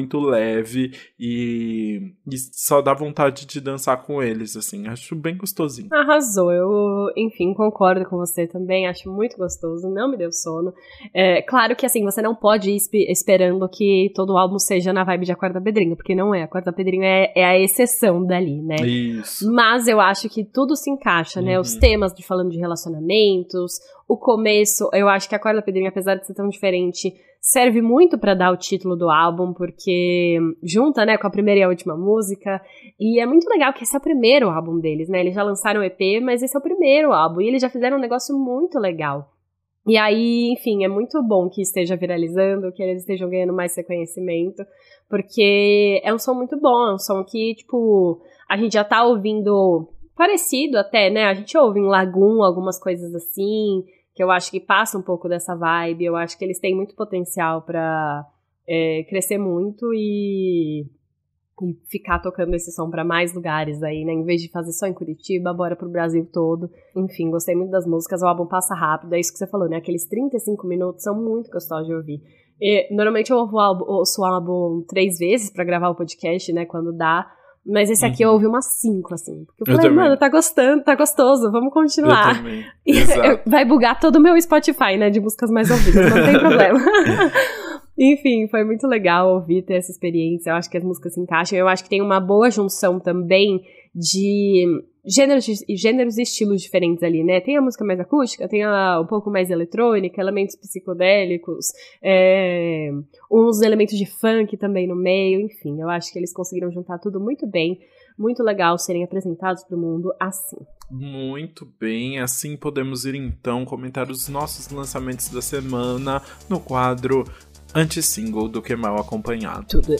leve e, e só dá vontade de dançar com eles, assim. Acho bem gostosinho. Arrasou. Eu, enfim, concordo com você também. Acho muito gostoso. Não me deu sono. É, claro que, assim, você não pode ir esp- esperando que todo álbum seja na vibe de A Quarta Pedrinha, porque não é. A Quarta Pedrinha é, é a exceção dali, né? Isso. Mas eu acho que tudo se encaixa, né? Uhum. Os temas de falando de relacionamentos, o começo, eu acho que A Quarta Pedrinha, apesar de ser tão diferente, serve muito pra dar o título do álbum, porque junta, né, com a primeira e a última música, e é muito legal que esse é o primeiro álbum deles, né? Eles já lançaram o E P, mas esse é o primeiro álbum, e eles já fizeram um negócio muito legal. E aí, enfim, é muito bom que esteja viralizando, que eles estejam ganhando mais reconhecimento, porque é um som muito bom, é um som que, tipo, a gente já tá ouvindo parecido até, né? A gente ouve em Lagoon algumas coisas assim, que eu acho que passa um pouco dessa vibe, eu acho que eles têm muito potencial pra é, crescer muito e, e ficar tocando esse som pra mais lugares aí, né? Em vez de fazer só em Curitiba, bora pro Brasil todo. Enfim, gostei muito das músicas, o álbum passa rápido, é isso que você falou, né? Aqueles trinta e cinco minutos são muito gostosos de ouvir. E, normalmente eu ouvo o álbum, ouço o álbum três vezes pra gravar o podcast, né? Quando dá. Mas esse aqui uhum. eu ouvi umas cinco, assim. Porque eu falei, eu mano, tá gostando, tá gostoso, vamos continuar. Eu também. E eu, vai bugar todo o meu Spotify, né, de músicas mais ouvidas, não tem problema. Enfim, foi muito legal ouvir, ter essa experiência. Eu acho que as músicas se encaixam. Eu acho que tem uma boa junção também de gêneros, gêneros e estilos diferentes ali, né? Tem a música mais acústica, tem a, um pouco mais eletrônica, elementos psicodélicos, é, uns elementos de funk também no meio. Enfim, eu acho que eles conseguiram juntar tudo muito bem. Muito legal serem apresentados para o mundo assim. Muito bem, assim podemos ir então comentar os nossos lançamentos da semana no quadro Anti-Single do Que Mal Acompanhado. Tudo.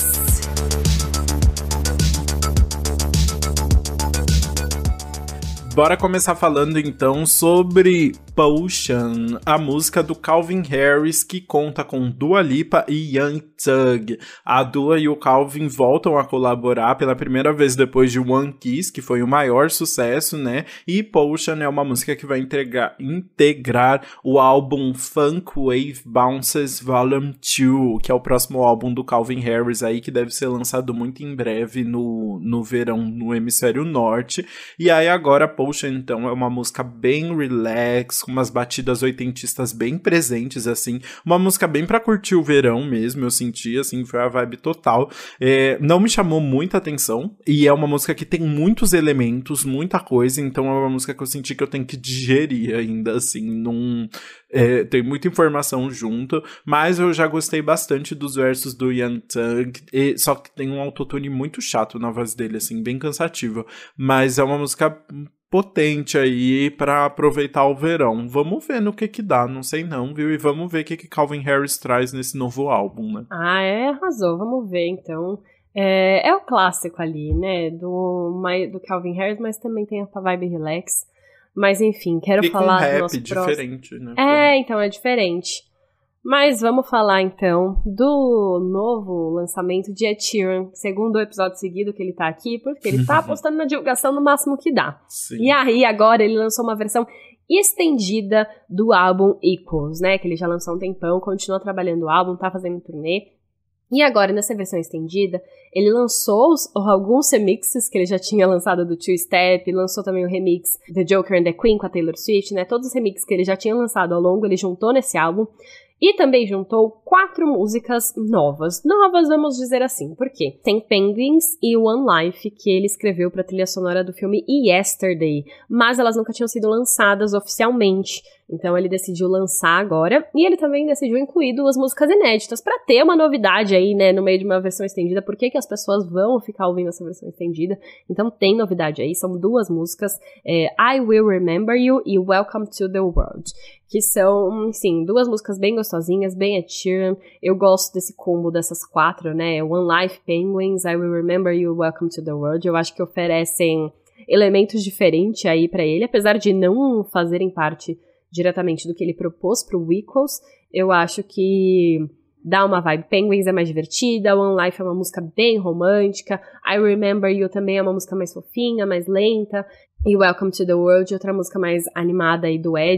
Bora começar falando então sobre Potion, a música do Calvin Harris que conta com Dua Lipa e Young Thug. A Dua e o Calvin voltam a colaborar pela primeira vez depois de One Kiss, que foi o maior sucesso, né? E Potion é uma música que vai integrar, integrar o álbum Funk Wave Bounces Volume dois, que é o próximo álbum do Calvin Harris aí, que deve ser lançado muito em breve no, no verão no hemisfério norte. E aí agora Potion, então, é uma música bem relax, com umas batidas oitentistas bem presentes, assim, uma música bem pra curtir o verão mesmo, eu senti, assim, foi a vibe total. É, não me chamou muita atenção, e é uma música que tem muitos elementos, muita coisa, então é uma música que eu senti que eu tenho que digerir ainda, assim, num... É, tem muita informação junto, mas eu já gostei bastante dos versos do Young Thug, e, só que tem um autotune muito chato na voz dele, assim, bem cansativo, mas é uma música potente aí pra aproveitar o verão. Vamos ver no que que dá, não sei não, viu? E vamos ver o que que Calvin Harris traz nesse novo álbum, né? Ah, é, arrasou, vamos ver então. É, é o clássico ali, né, do, do Calvin Harris, mas também tem essa vibe relax. Mas enfim, quero e falar com rap do nosso diferente, próximo... né? É, então é diferente. Mas vamos falar então do novo lançamento de Ed Sheeran, segundo episódio seguido que ele tá aqui, porque ele tá apostando na divulgação no máximo que dá. Sim. E aí agora ele lançou uma versão estendida do álbum Equals, né, que ele já lançou há um tempão, continua trabalhando o álbum, tá fazendo turnê. E agora, nessa versão estendida, ele lançou os, alguns remixes que ele já tinha lançado do Two Step, lançou também o remix The Joker and the Queen com a Taylor Swift, né? Todos os remixes que ele já tinha lançado ao longo, ele juntou nesse álbum. E também juntou quatro músicas novas. Novas, vamos dizer assim. Por quê? Tem Penguins e One Life, que ele escreveu para a trilha sonora do filme Yesterday. Mas elas nunca tinham sido lançadas oficialmente. Então ele decidiu lançar agora. E ele também decidiu incluir duas músicas inéditas para ter uma novidade aí, né, no meio de uma versão estendida. Por que que as pessoas vão ficar ouvindo essa versão estendida? Então tem novidade aí. São duas músicas. É, I Will Remember You e Welcome to the World. Que são, sim, duas músicas bem gostosinhas, bem Ed Sheeran. Eu gosto desse combo dessas quatro, né? One Life, Penguins, I Will Remember You, Welcome to the World. Eu acho que oferecem elementos diferentes aí pra ele, apesar de não fazerem parte diretamente do que ele propôs pro Equals. Eu acho que dá uma vibe. Penguins é mais divertida, One Life é uma música bem romântica, I Remember You também é uma música mais fofinha, mais lenta, e Welcome to the World, outra música mais animada aí do Ed.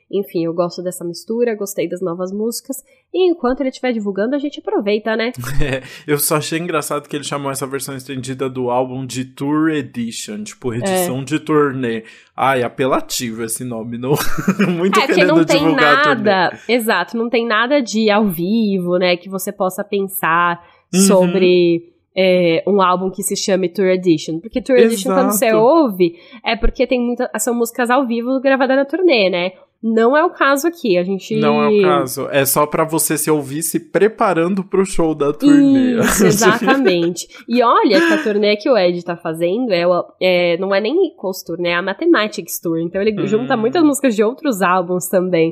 Enfim, eu gosto dessa mistura, gostei das novas músicas. E enquanto ele estiver divulgando, a gente aproveita, né? É, eu só achei engraçado que ele chamou essa versão estendida do álbum de Tour Edition, tipo, edição é. de turnê. Ai, apelativo esse nome, não? Muito é, querendo não tem divulgar nada, turnê. Exato, não tem nada de ao vivo, né, que você possa pensar Uhum. sobre... É, um álbum que se chame Tour Edition. Porque Tour Exato. Edition, quando você ouve, é porque tem muita, são músicas ao vivo gravadas na turnê, né? Não é o caso aqui, a gente... Não é o caso, é só pra você se ouvir se preparando pro show da turnê. Isso, exatamente. E olha que a turnê que o Ed tá fazendo é, é, não é nem Equals Tour, né? É a Mathematics Tour. Então ele hum. junta muitas músicas de outros álbuns também.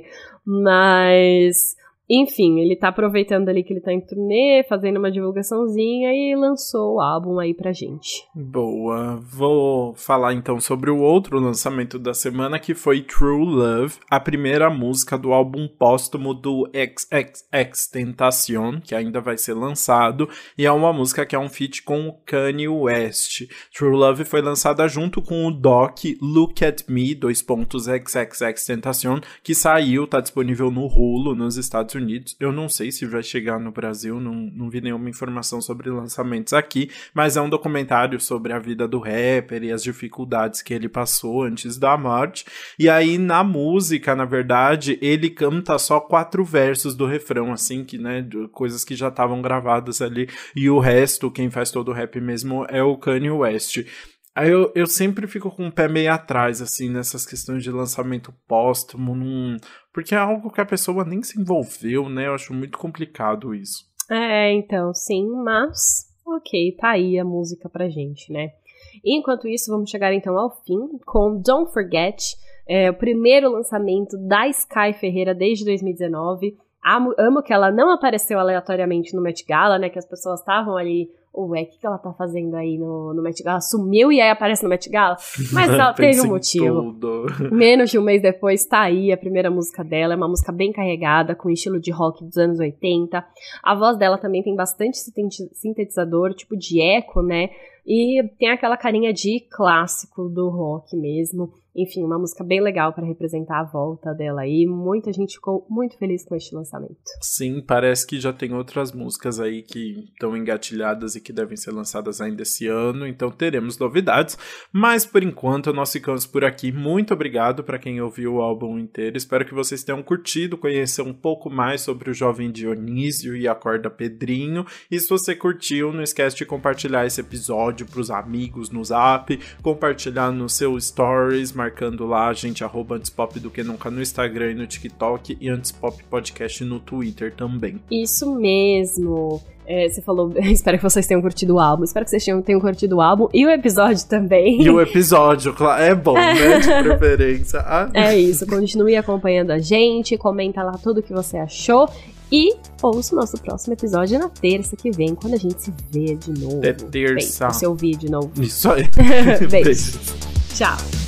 Mas... Enfim, ele tá aproveitando ali que ele tá em turnê, fazendo uma divulgaçãozinha e lançou o álbum aí pra gente. Boa, vou falar então sobre o outro lançamento da semana, que foi True Love, a primeira música do álbum póstumo do XXXTentacion, que ainda vai ser lançado, e é uma música que é um feat com o Kanye West. True Love foi lançada junto com o doc Look at Me, dois pontos XXXTentacion, que saiu, tá disponível no Hulu, nos Estados Unidos. Eu não sei se vai chegar no Brasil, não, não vi nenhuma informação sobre lançamentos aqui, mas é um documentário sobre a vida do rapper e as dificuldades que ele passou antes da morte. E aí, na música, na verdade, ele canta só quatro versos do refrão, assim, que, né, coisas que já estavam gravadas ali, e o resto, quem faz todo o rap mesmo, é o Kanye West. Aí eu, eu sempre fico com o pé meio atrás, assim, nessas questões de lançamento póstumo, num... porque é algo que a pessoa nem se envolveu, né? Eu acho muito complicado isso. É, então, sim, mas... Ok, tá aí a música pra gente, né? E enquanto isso, vamos chegar então ao fim com Don't Forget, é, o primeiro lançamento da Sky Ferreira desde dois mil e dezenove. Amo, amo que ela não apareceu aleatoriamente no Met Gala, né? Que as pessoas estavam ali... Ué, o que, que ela tá fazendo aí no, no Met Gala? Sumiu e aí aparece no Met Gala? Mas ela teve um motivo. Tudo. Menos de um mês depois tá aí a primeira música dela. É uma música bem carregada, com estilo de rock dos anos oitenta. A voz dela também tem bastante sintetizador, tipo de eco, né? E tem aquela carinha de clássico do rock mesmo. Enfim, uma música bem legal para representar a volta dela aí. Muita gente ficou muito feliz com este lançamento. Sim, parece que já tem outras músicas aí que estão engatilhadas e que devem ser lançadas ainda esse ano, então teremos novidades. Mas por enquanto nós ficamos por aqui. Muito obrigado para quem ouviu o álbum inteiro. Espero que vocês tenham curtido, conhecer um pouco mais sobre o Jovem Dionísio e a Corda Pedrinho. E se você curtiu, não esquece de compartilhar esse episódio pros amigos no Zap, compartilhar no seu Stories, marcando lá a gente, arroba Antipop do que nunca no Instagram e no TikTok, e Antipop Podcast no Twitter também. Isso mesmo. É, você falou, espero que vocês tenham curtido o álbum, espero que vocês tenham, tenham curtido o álbum e o episódio também. E o episódio, claro, é bom, né, de preferência. Ah. É isso, continue acompanhando a gente, comenta lá tudo o que você achou e ouça o nosso próximo episódio na terça que vem, quando a gente se vê de novo. É terça. Bem, você ouvir de novo. Isso aí. Beijo. Tchau.